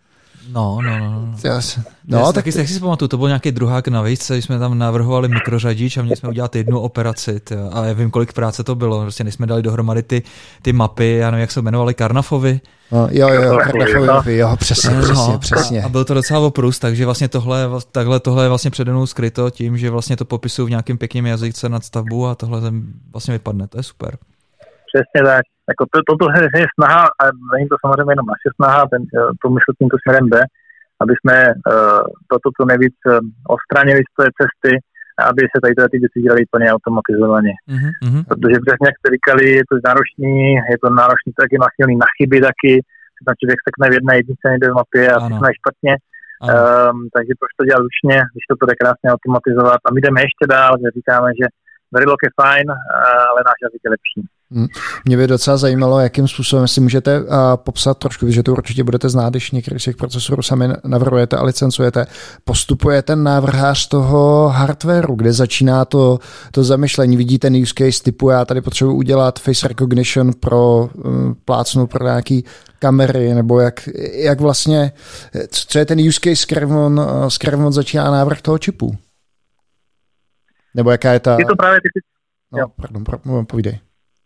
No, no, no. Já se... no já tak taky, taky si pamatuju, to byl nějaký druhák na výšce, když jsme tam navrhovali mikrořadič a měli jsme udělat jednu operaci. Tjo. A já vím, kolik práce to bylo. Prostě než jsme dali dohromady ty, ty mapy, já nevím, jak se jmenovali, Karnafovy. No, jo, jo, Karnafovy, jo, přesně, přesně, přesně. A byl to docela oprus, takže vlastně tohle, takhle, tohle je vlastně přede mnou skryto tím, že vlastně to popisuju v nějakým pěkným jazyce nadstavbu a tohle vlastně vypadne, to je super. Přesně tak. Jako to, toto je snaha, a není to samozřejmě jenom naše snaha, ten průmysl tímto směrem jde, aby jsme uh, toto co nejvíc uh, odstranili z té cesty, aby se tady ty věci dělaly plně automatizovaně. Mm-hmm. Protože přesně jak jste říkali, je to náročný, je to náročný taky nachylný na chyby taky, že tam člověk sekne v jedné jednice někde v mapě a sekne špatně. Um, takže proč to dělat ručně, když to bude krásně automatizovat. A my jdeme ještě dál, že říkáme, že Verilog je fajn, ale náš jazyk je lepší. Mě by docela zajímalo, jakým způsobem si můžete uh, popsat trošku, že to určitě budete znát, když některý z těch procesorů sami navrhujete a licencujete. Postupuje ten návrhář toho hardwareu, kde začíná to, to zamyšlení. Vidí ten use case typu, já tady potřebuji udělat face recognition pro um, plácnu pro nějaký kamery, nebo jak, jak vlastně, co je ten use case, s kterým on, s kterým on začíná návrh toho čipu? Nebo jaká je ta... Je to právě ty... No, pardon, pardon, povídej.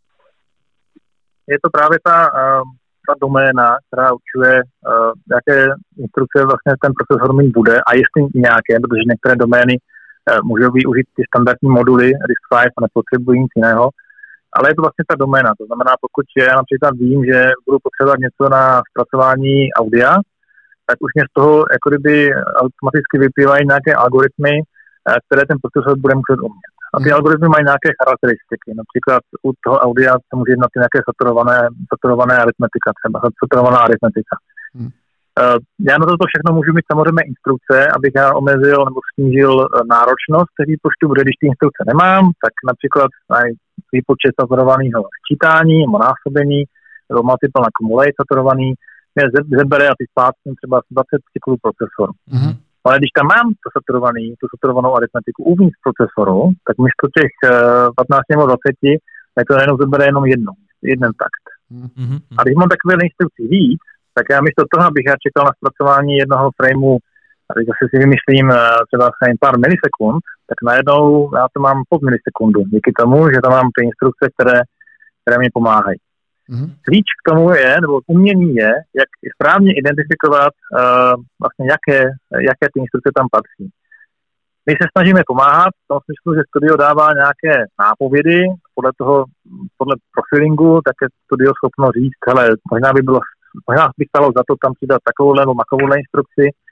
Je to právě ta, ta doména, která určuje, jaké instrukce vlastně ten procesor mít bude a jestli nějaké, protože některé domény můžou využít ty standardní moduly RISC pět a nepotřebují nic jiného, ale je to vlastně ta doména. To znamená, pokud já například vím, že budu potřebovat něco na zpracování audia, tak už mě z toho jako kdyby automaticky vyplývají nějaké algoritmy, které ten procesor bude muset umět. A ty algoritmy mají nějaké charakteristiky. Například u toho audia se může jednat i nějaké saturované, saturované aritmetika, třeba saturovaná aritmetika. Hmm. Já na toto všechno můžu mít samozřejmě instrukce, abych já omezil nebo snížil náročnost těch výpočtů, protože když ty instrukce nemám, tak například výpočet saturovaného sčítání nebo násobení nebo multiple accumulate saturovaný mě zebere a ty spátím třeba dvacet cyklů procesoru. Hmm. Ale když tam mám to saturovaný, tu saturovanou aritmetiku uvnitř procesoru, tak místo těch patnáct nebo dvacet, tak to jenom zabere jenom jednou, jeden takt. Mm-hmm. A když mám takové instrukci víc, tak já místo toho, abych já čekal na zpracování jednoho frameu, a teď zase si vymyslím třeba jen pár milisekund, tak najednou já to mám pod milisekundu, díky tomu, že tam mám ty instrukce, které, které mi pomáhají. Mm-hmm. Klíč k tomu je, nebo umění je, jak správně identifikovat uh, vlastně jaké, jaké ty instrukce tam patří. My se snažíme pomáhat v tom smyslu, že studio dává nějaké nápovědy, podle toho, podle profilingu, tak je studio schopno říct, hele, možná by bylo, možná by stalo za to tam přidat takovouhle nebo makovouhle instrukci,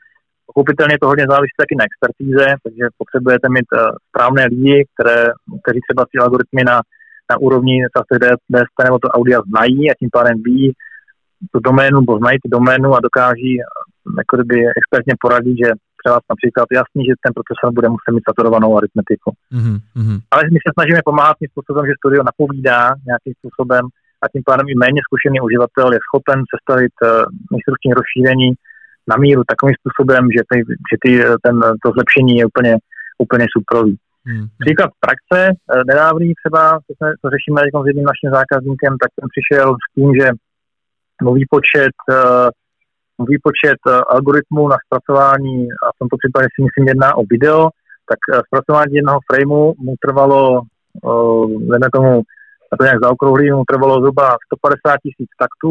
pochopitelně to hodně závisí taky na expertíze, takže potřebujete mít uh, správné lidi, které, kteří třeba ty algoritmy na, na úrovni D S P nebo to audia znají a tím pádem ví tu doménu, nebo znají tu doménu a dokáží jako kdyby expertně poradit, že třeba například jasný, že ten procesor bude muset mít saturovanou aritmetiku. Mm-hmm. Ale my se snažíme pomáhat tím způsobem, že studio napovídá nějakým způsobem a tím pádem i méně zkušený uživatel je schopen sestavit uh, instrukční rozšíření na míru takovým způsobem, že, ty, že ty, ten, to zlepšení je úplně, úplně superový. Hmm. Příklad praxe, nedávný třeba, to, jsme, to řešíme s jedním naším zákazníkem, tak ten přišel s tím, že nový počet, nový počet algoritmů na zpracování, a v tomto případě si myslím jedná o video, tak zpracování jednoho frameu mu trvalo, jdeme tomu, a to nějak zaokrouhlí, mu trvalo zhruba sto padesát tisíc taktů.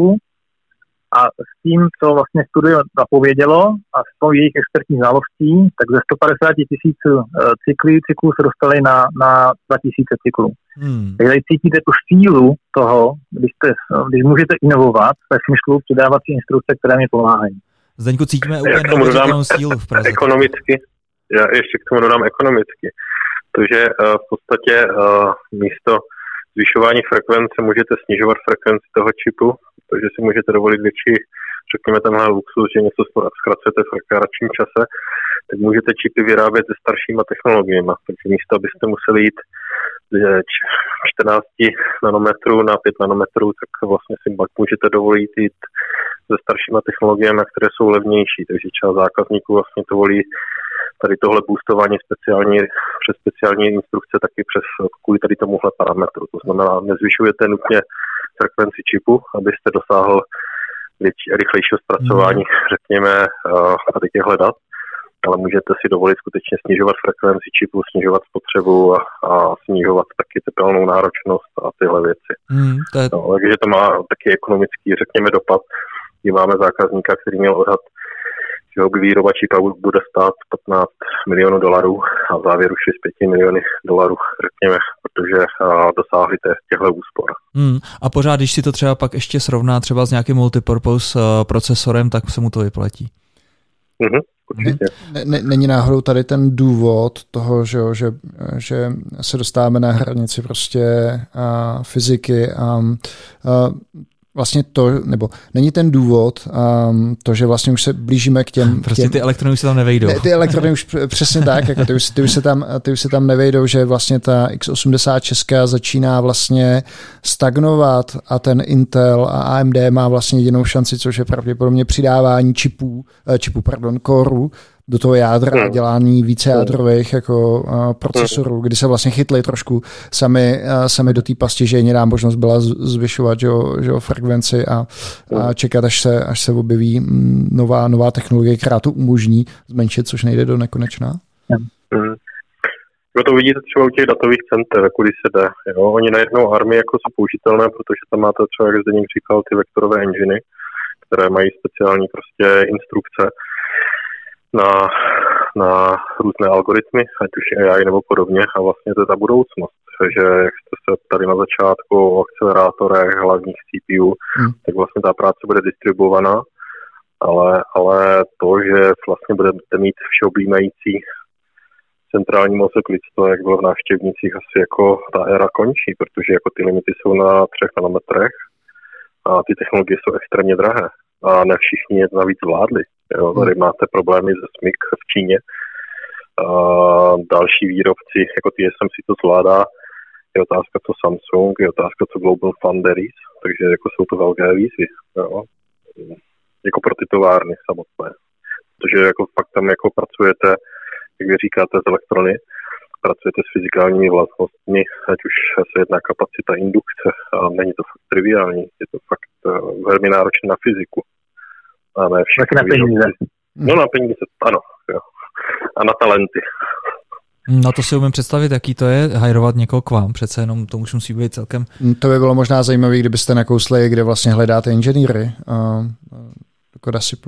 A s tím, co vlastně studio napovědělo a s tou jejich expertní znalostí, tak ze sto padesát tisíc cyklů, cyklů se dostali na, na dva tisíce cyklů. Hmm. Takže tady cítíte tu sílu toho, když, jste, když můžete inovovat ve smyslu přidávat si instrukce, které mi pomáhají. Zdeňku, cítíme úplně neuvěřitelnou sílu v Praze. Ekonomicky, já ještě k tomu dodám ekonomicky. Takže uh, v podstatě uh, místo zvyšování frekvence můžete snižovat frekvenci toho čipu, takže si můžete dovolit větší, řekněme tenhle luxus, že něco zkracujete v rekreačním čase, tak můžete čipy vyrábět se staršíma technologiemi. Takže místo, abyste museli jít z čtrnáct nanometrů na pět nanometrů, tak vlastně si pak můžete dovolit jít se staršíma technologiemi, které jsou levnější. Takže část zákazníků vlastně to volí tady tohle boostování speciální, přes speciální instrukce taky přes kvůli tady tomuhle parametru. To znamená, nezvyšujete nutně frekvenci čipu, abyste dosáhl větší, rychlejšího zpracování, mm. řekněme, tady těchto dat, ale můžete si dovolit skutečně snižovat frekvenci čipu, snižovat spotřebu a, a snižovat taky tepelnou náročnost a tyhle věci. Mm, to je... no, takže to má taky ekonomický, řekněme, dopad. Kdy máme zákazníka, který měl odhad, že ho by výroba čipa bude stát patnáct milionů dolarů a v závěru šli z pěti miliony dolarů, řekněme, protože dosáhli těchto úspor. Hmm. A pořád, když si to třeba pak ještě srovná třeba s nějakým multipurpose procesorem, tak se mu to vyplatí. Mhm. Není náhodou tady ten důvod toho, že, že, že se dostáváme na hranici prostě a, fyziky a, a vlastně to, nebo není ten důvod um, to, že vlastně už se blížíme k těm... Prostě těm, ty elektrony už se tam nevejdou. Ne, ty elektrony už přesně tak, jako ty, už, ty, už se tam, ty už se tam nevejdou, že vlastně ta X osmdesát šest začíná vlastně stagnovat a ten Intel a A M D má vlastně jedinou šanci, což je pravděpodobně přidávání čipů, čipů, pardon, koru do toho jádra a dělání více jádrových jako uh, procesorů, kdy se vlastně chytli trošku sami, uh, sami do té pasti, že jediná možnost byla zvyšovat že jo, že jo, frekvenci a, a čekat, až se, až se objeví m, nová, nová technologie, která to umožní zmenšit, což nejde do nekonečna. Hmm. To vidíte třeba u těch datových center, kudy se jde. Jo? Oni najednou army jako jsou použitelné, protože tam máte třeba, jak Zdeněk říkal, ty vektorové enginy, které mají speciální prostě instrukce na, na různé algoritmy, ať už A I nebo podobně, a vlastně to je ta budoucnost. Takže jak jste se tady na začátku o akcelerátorech hlavních C P U, hmm. tak vlastně ta práce bude distribuovaná, ale, ale to, že vlastně budete mít všeobjímající centrální mozek lidstva, jak bylo v návštěvnicích, asi jako ta éra končí, protože jako ty limity jsou na třech nanometrech a ty technologie jsou extrémně drahé a ne všichni je navíc zvládli. Jo, tady máte problémy se S M I C v Číně. A další výrobci, jako T S M si to zvládá, je otázka co Samsung, je otázka co Global Foundries, takže jako jsou to velké výzvy. Jo. Jako pro ty továrny samotné. Protože jako fakt tam jako pracujete, jak vy říkáte, z elektrony, pracujete s fyzikálními vlastnostmi, ať už se jedná kapacita indukce, a není to fakt triviální, je to fakt uh, velmi náročné na fyziku. A ne všechny na peníze. No na peníze, ano. Jo. A na talenty. No to si umím představit, jaký to je, hajrovat někoho k vám, přece jenom to už musí být celkem... To by bylo možná zajímavé, kdybyste nakousli, kde vlastně hledáte inženýry uh, do Codasipu.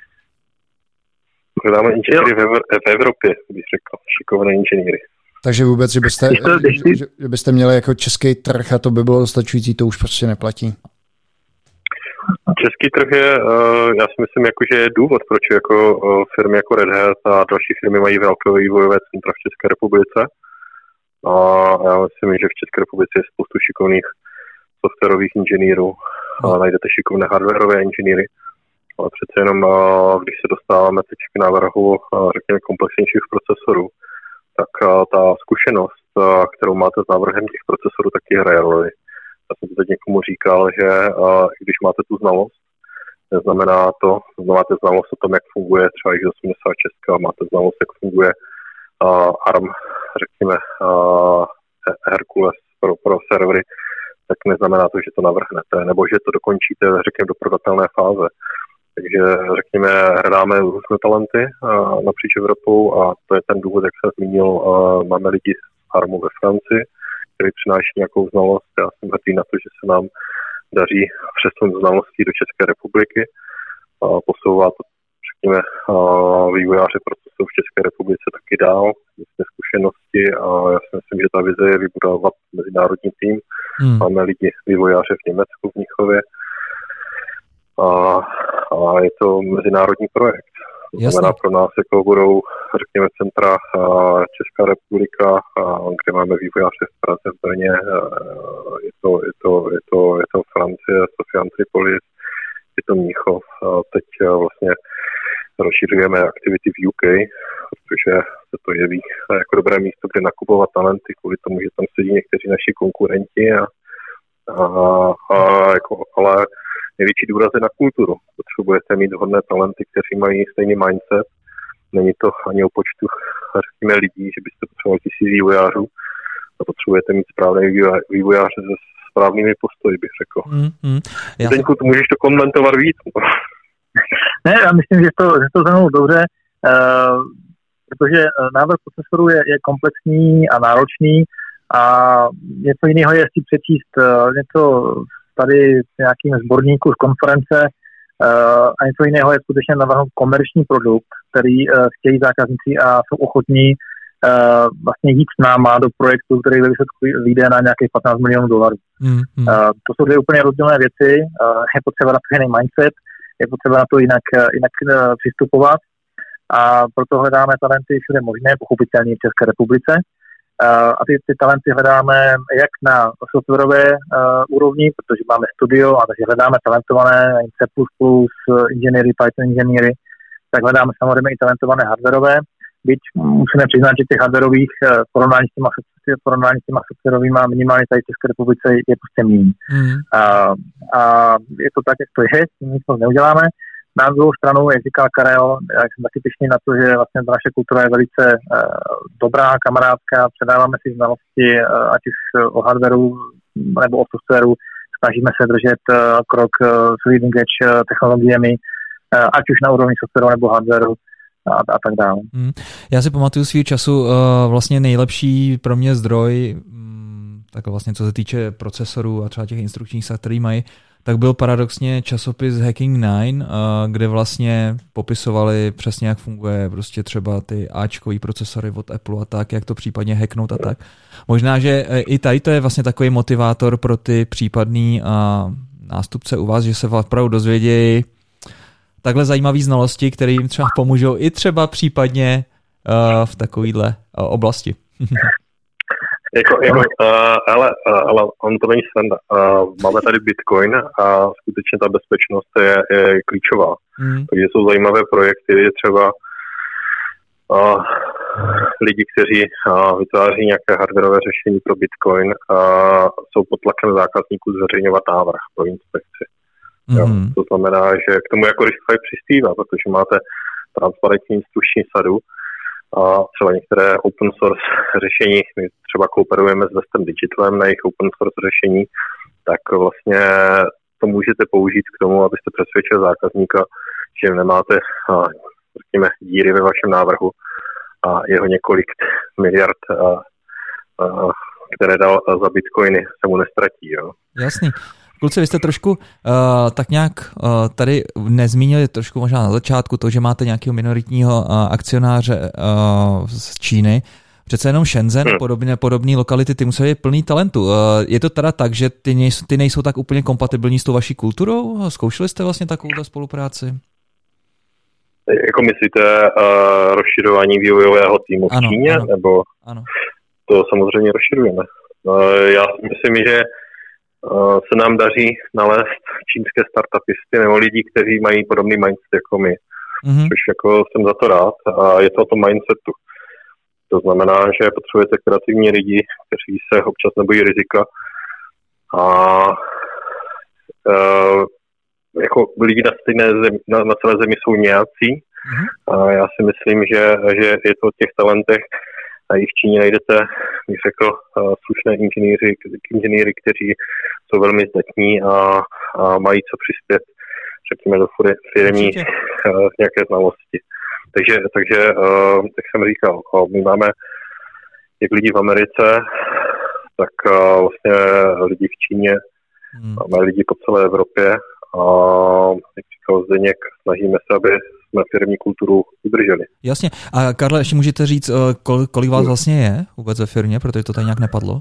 Hledáme inženýry v, v Evropě, bych řekl, šikovné inženýry. Takže vůbec, že byste, že, že byste měli jako český trh a to by bylo dostačující, to už prostě neplatí. Český trh je, já si myslím, jako, že je důvod, proč jako firmy jako Red Hat a další firmy mají velké vývojové centra v České republice. A já myslím, že v České republice je spoustu šikovných softwarových inženýrů a najdete šikovné hardwareové inženýry. Ale přece jenom, když se dostáváme teď k návrhu, řekněme, komplexnějších procesorů, tak ta zkušenost, kterou máte s návrhem těch procesorů, taky hraje roli. Já jsem to teď někomu říkal, že když máte tu znalost, znamená to, máte znalost o tom, jak funguje třeba i osmdesát šest, máte znalost, jak funguje A R M, řekněme Hercules pro, pro servery, tak neznamená to, že to navrhnete, nebo že to dokončíte, řekněme, do prodatelné fáze. Takže, řekněme, hledáme různé talenty napříč Evropou a to je ten důvod, jak jsem zmínil, máme lidi z Armu ve Francii, který přináší nějakou znalost. Já jsem hrdý na to, že se nám daří přesun znalostí do České republiky. Posouvá to, řekněme, vývojáře procesu v České republice taky dál, vlastně zkušenosti a já si myslím, že ta vize je vybudovat mezinárodní tým. Hmm. Máme lidi, vývojáře v Německu, v Mnichově a, a je to mezinárodní projekt. To znamená pro nás, jako budou, řekněme, centra Česká republika, kde máme vývojáře v Praze, v Brně, je to, je to, je to, je to Francie, Sofia Antipolis, je to Mnichov. Teď vlastně rozšiřujeme aktivity v U K, protože se to jeví jako dobré místo, kde nakupovat talenty, kvůli tomu, že tam sedí někteří naši konkurenti, a, a, a jako, ale největší důraz je na kulturu. Potřebujete mít hodné talenty, kteří mají stejný mindset. Není to ani o počtu, řekněme, lidí, že byste potřebovali tisíc vývojářů. A potřebujete mít správné vývojáře se správnými postoji, bych řekl. Mm, mm. Já... Zdeňku, můžeš to komentovat víc? Ne, já myslím, že to, že to zhrnul dobře, uh, protože návrh procesoru je, je komplexní a náročný a něco jiného je si přečíst uh, něco tady v nějakým sborníku z konference uh, a něco jiného je skutečně navrhnout komerční produkt, který uh, chtějí zákazníci a jsou ochotní uh, vlastně jít s náma do projektu, který ve výsledku vyjde na nějakých patnáct milionů dolarů. Mm, mm. Uh, to jsou dvě úplně rozdílné věci, uh, je potřeba na to jiný mindset, je potřeba na to jinak, jinak uh, přistupovat a proto hledáme talenty všude možné, pochopitelně v České republice. Uh, a ty, ty talenty hledáme jak na softwarové uh, úrovni, protože máme studio, a takže hledáme talentované C plus plus, inženýry, Python inženýry, tak hledáme samozřejmě i talentované hardwareové, byť musíme přiznat, že těch hardwareových uh, porovnání s těma, porovnání s těma softwarovýma minimálně tady v České republice je prostě méně. Mm. Uh, a je to tak, jak to je, nic moc neuděláme. Na druhou stranu, jak říkal Karel, já jsem taky pišný na to, že vlastně naše kultura je velice uh, dobrá, kamarádská, předáváme si znalosti, uh, ať už o hardwareu nebo o softwaru, snažíme se držet uh, krok uh, s leading edge uh, technologiemi, uh, ať už na úrovni softwaru nebo hardwareu a, a tak dále. Hmm. Já si pamatuju svýho času uh, vlastně nejlepší pro mě zdroj, um, tak vlastně co se týče procesorů a třeba těch instrukčních set, který mají, tak byl paradoxně časopis Hacking Nine, kde vlastně popisovali přesně, jak funguje prostě třeba ty áčkový procesory od Apple a tak, jak to případně hacknout a tak. Možná, že i tady to je vlastně takový motivátor pro ty případný nástupce u vás, že se opravdu dozvědějí takhle zajímavé znalosti, které jim třeba pomůžou i třeba případně v takovýhle oblasti. Jako, jako, uh, ale, uh, ale on to není sranda. Uh, máme tady Bitcoin a skutečně ta bezpečnost je, je klíčová. Mm. Takže jsou zajímavé projekty, je třeba uh, lidi, kteří uh, vytváří nějaké hardwareové řešení pro Bitcoin, uh, jsou pod tlakem zákazníků zveřejňovat návrh pro inspekci. Mm. Jo, to znamená, že k tomu jako Risify přispívá, protože máte transparentní instrukční sadu, a třeba některé open source řešení, my třeba kooperujeme s Western Digitalem na jejich open source řešení, tak vlastně to můžete použít k tomu, abyste přesvědčil zákazníka, že nemáte, řekněme, díry ve vašem návrhu a jeho několik miliard, a, a, které dal za bitcoiny, se mu nestratí. Jo. Jasný. Kluci, vy jste trošku uh, tak nějak uh, tady nezmínili trošku možná na začátku to, že máte nějakého minoritního uh, akcionáře uh, z Číny. Přece jenom Shenzhen a hmm. podobné, podobné lokality, ty musí být plný talentu. Je to teda tak, že ty nejsou, ty nejsou tak úplně kompatibilní s tou vaší kulturou? Zkoušeli jste vlastně takovou spolupráci? Jako myslíte uh, rozširování vývojového týmu v ano, Číně? Ano, nebo ano. To samozřejmě rozširujeme. Uh, já si myslím, že uh, se nám daří nalézt čínské startupisty nebo lidi, kteří mají podobný mindset jako my. Mm-hmm. Což jako jsem za to rád. A je to o tom mindsetu. To znamená, že potřebujete kreativní lidi, kteří se občas nebojí rizika. A uh, jako lidi na, stejné zemi, na, na celé zemi jsou nějací. Mm-hmm. A já si myslím, že, že je to o těch talentech. A i v Číně najdete, bych řekl, uh, slušné inženýři, inženýry, kteří jsou velmi zdatní a, a mají co přispět, řekněme, do firemní uh, nějaké znalosti. Takže, takže uh, jak jsem říkal, my máme jak lidi v Americe, tak uh, vlastně lidi v Číně, hmm. máme lidi po celé Evropě a jak říkal Zdeněk, snažíme se, aby jsme firmní kulturu udrželi. Jasně. A Karle, ještě můžete říct, kol, kolik vás vlastně je vůbec ve firmě, protože to tady nějak nepadlo?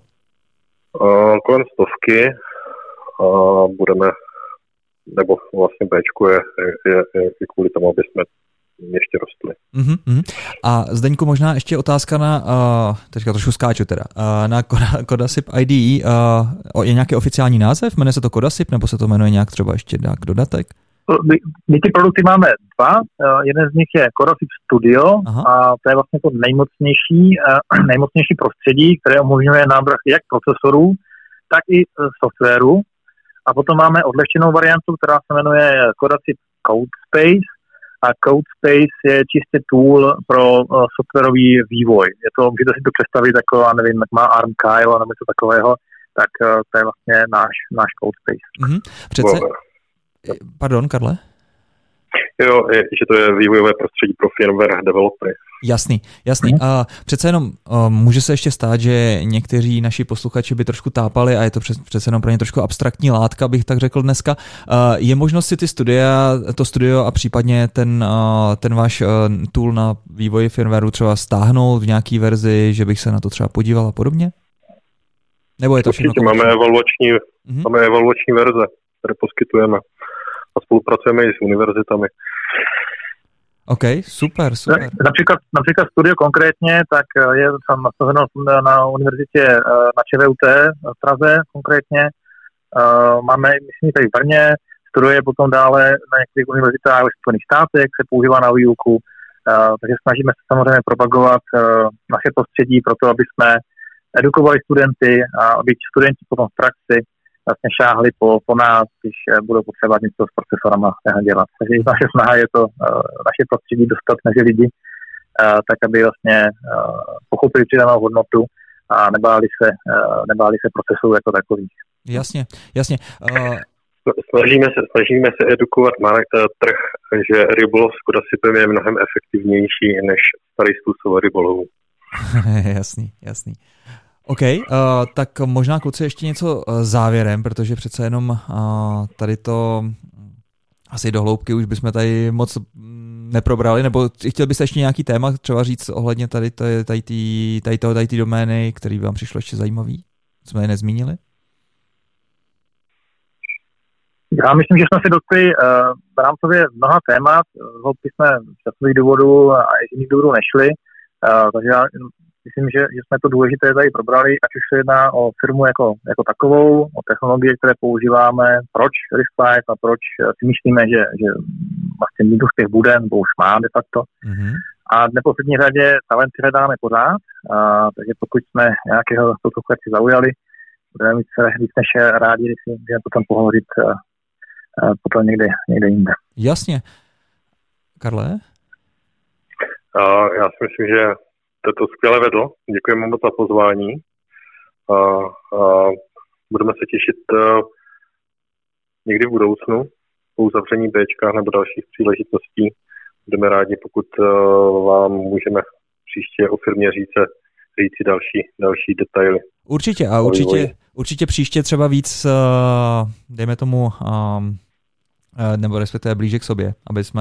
Uh, kolem stovky a budeme, nebo vlastně Bčku je, je, je, je kvůli tomu, aby jsme ještě rostli. Uh-huh. A Zdeňku, možná ještě otázka na, uh, teďka trošku skáču teda, uh, na Codasip I D E, uh, je nějaký oficiální název? Jmenuje se to Codasip, nebo se to jmenuje nějak třeba ještě nějak dodatek? My, my ty produkty máme dva, uh, jeden z nich je Codasip Studio. Aha. A to je vlastně to nejmocnější, uh, nejmocnější prostředí, které umožňuje náběh jak procesorů, tak i uh, softwaru. A potom máme odlehčenou variantu, která se jmenuje Codasip CodeSpace. A CodeSpace je čistě tool pro uh, softwarový vývoj. Je to, můžete si to představit jako, já nevím, jak má ARM Kyle nebo něco takového, tak uh, to je vlastně náš, náš CodeSpace. Mm-hmm. Přece... Pardon, Karle? Jo, je, že to je vývojové prostředí pro firmware developery. Jasný, jasný. Mm. A přece jenom um, může se ještě stát, že někteří naši posluchači by trošku tápali a je to přece, přece jenom pro ně trošku abstraktní látka, bych tak řekl dneska. Uh, je možnost si ty studia, to studio a případně ten, uh, ten váš uh, tool na vývoj firmwareu třeba stáhnout v nějaký verzi, že bych se na to třeba podíval a podobně? Nebo je to všechno? Určitě máme evaluační, mm-hmm. máme evaluační verze, které poskytujeme a spolupracujeme i s univerzitami. OK, super, super. Například, například studio konkrétně, tak je tam nasazeno na univerzitě na ČVUT v Praze konkrétně. Máme, myslím, tady v Brně, studuje potom dále na některých univerzitách ve Spojených státech, se používá na výuku, takže snažíme se samozřejmě propagovat naše prostředí pro to, aby jsme edukovali studenty a aby studenti potom v praxi vlastně šáhli po, po nás, když budou potřebovat něco s procesorama dělat. Takže naše snaha je to naše prostředí dostat mezi lidi, tak aby vlastně pochopili přidanou hodnotu a nebáli se, nebáli se procesů jako takových. Jasně, jasně. Uh... Snažíme se, snažíme se edukovat trh, že rybolov s Codasipem je mnohem efektivnější než starý způsob rybolovu. Jasný, jasný. OK, uh, tak možná kluci ještě něco závěrem, protože přece jenom uh, tady to asi do hloubky už bychom tady moc neprobrali, nebo chtěl byste ještě nějaký téma třeba říct ohledně tady tady tady tady toho tady ty domény, který vám přišlo ještě zajímavý? Jsme je nezmínili? Já myslím, že jsme si dotkli uh, v rámcově mnoha témat, hloubky jsme z časových důvodů a jiných důvodů nešli, uh, takže já myslím, že, že jsme to důležité tady probrali, ať už se jedná o firmu jako, jako takovou, o technologie, které používáme, proč RISC-V a proč si myslíme, že, že vlastně mít těch bude, nebo už má de facto. Mm-hmm. A v neposlední řadě talenty hledáme pořád, a, takže pokud jsme nějakého posluchače zaujali, budeme mít se víc než rádi, když si můžeme potom pohovořit a, a potom někde, někde jinde. Jasně. Karle? Uh, já si myslím, že to skvěle vedl. Děkujeme moc za pozvání. A, a budeme se těšit uh, někdy v budoucnu po uzavření Bčka nebo dalších příležitostí. Budeme rádi, pokud uh, vám můžeme příště o firmě říct, říct další, další detaily. Určitě a určitě, určitě příště třeba víc, uh, dejme tomu, um, nebo respektive blíže k sobě, aby jsme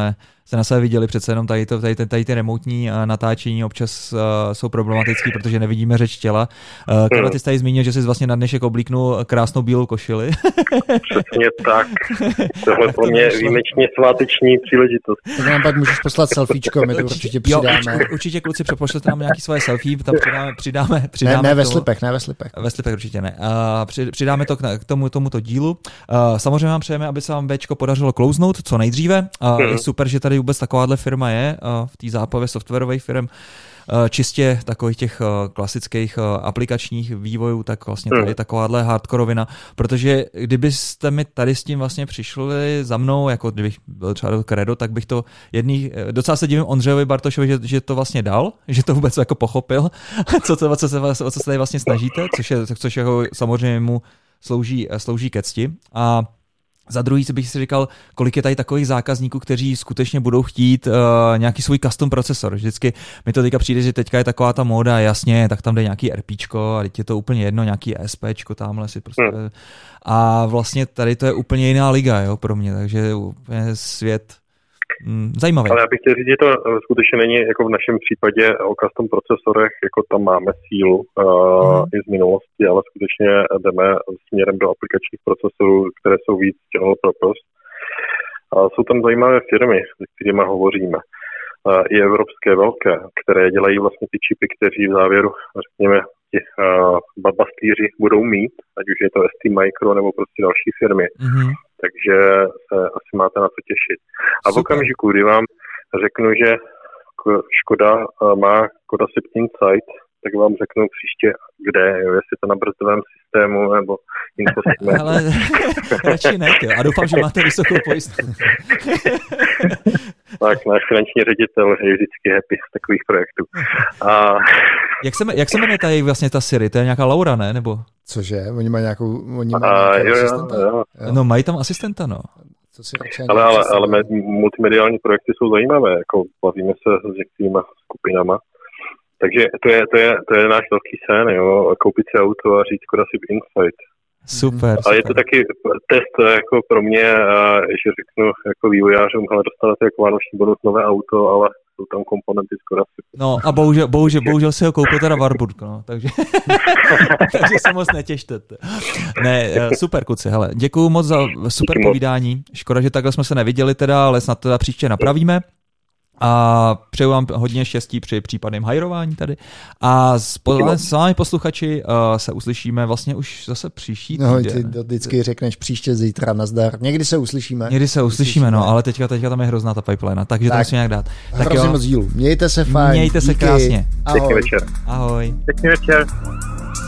se na sebe viděli, přece jenom tady, to, tady, tady ty remotní natáčení občas uh, jsou problematický, protože nevidíme řeč těla. Uh, Karla, ty jsi tady zmínil, že jsi vlastně na dnešek oblíknul krásnou bílou košili. Přesně tak. Tohle pro mě výjimečně sváteční příležitost. Tak nám pak můžeš poslat selfiečko, my to určitě přidáme. Jo, určitě kluci, přepošlete nám nějaký svoje selfie, tam přidáme, přidáme, přidáme ne, ne ve tomu, slipech, ne ve slipech. Ve slipech určitě ne. Uh, přidáme to k tomu, tomuto dílu. Uh, samozřejmě vám přejeme, aby se vám Bčko podařilo klouznout co nejdříve. Uh, hmm. Je super, že tady vůbec takováhle firma je uh, v té záplavě softwarových firm. Čistě takových těch klasických aplikačních vývojů, tak vlastně tady je takováhle hardkorovina, protože kdybyste mi tady s tím vlastně přišli za mnou, jako kdybych byl třeba do Credo, tak bych to jedný, docela se divím Ondřejovi Bartošovi, že, že to vlastně dal, že to vůbec jako pochopil, co, to, co, se, o co se tady vlastně snažíte, což, je, což jako samozřejmě mu slouží, slouží ke cti. A za druhý bych si říkal, kolik je tady takových zákazníků, kteří skutečně budou chtít uh, nějaký svůj custom procesor. Vždycky mi to teďka přijde, že teďka je taková ta móda, jasně, tak tam jde nějaký RPčko a teď je to úplně jedno, nějaký SPčko tamhle si prostě. Hmm. A vlastně tady to je úplně jiná liga, jo, pro mě, takže úplně svět mm, zajímavý. Ale já bych chtěl říct, že to skutečně není jako v našem případě o custom procesorech, jako tam máme sílu uh, hmm. i z minulosti, ale skutečně jdeme směrem do aplikačních procesorů, které jsou víc general purpose. A jsou tam zajímavé firmy, se kterými hovoříme. Uh, I evropské velké, které dělají vlastně ty čipy, kteří v závěru, řekněme, ti uh, bastýři budou mít, ať už je to S T Micro nebo prostě další firmy. Mm-hmm. Takže se asi máte na to těšit. A v okamžiku, kdy vám řeknu, že Škoda má Codasip Insight, tak vám řeknu příště, kde, jo, jestli to na brzdovém systému nebo infosystému. Ale radši ne, a doufám, že máte vysokou pojistku. Tak, náš finanční ředitel je vždycky happy z takových projektů. A... Jak se, jak se jmenuje tady vlastně ta Siri? To je nějaká Laura, ne? Nebo... Cože? Oni mají nějakou, oni mají a, nějakou jo, asistenta? Jo, jo. No mají tam asistenta, no. To si ale, ale, ale multimediální projekty jsou zajímavé, jako bavíme se s některými skupinama. Takže to je, to je, to je náš velký sen, jo, koupit si auto a říct Codasip Insight. Super. Ale je to taky test jako pro mě, že řeknu jako vývojářům, ale dostanete jako vánoční bonus nové auto, ale jsou tam komponenty z Codasipu. No a bohužel, bohužel, bohužel si ho koupil teda Warburg, no, takže, takže se moc netěšte. Ne, super kluci, hele, děkuju moc za super Díky povídání. Škoda, že takhle jsme se neviděli teda, ale snad teda příště napravíme. A přeju vám hodně štěstí při případném hajrování tady. A s, s vámi posluchači uh, se uslyšíme vlastně už zase příští týden. No, ty to vždycky řekneš příště, zítra, nazdar. Někdy se uslyšíme. Někdy se uslyšíme, no, ale teďka, teďka tam je hrozná ta pipeline, takže tak, to musíme nějak dát. Tak hrozně moc dílu. Mějte se fajn. Mějte se díky. krásně. Pěkný večer. Ahoj. Pěkný večer.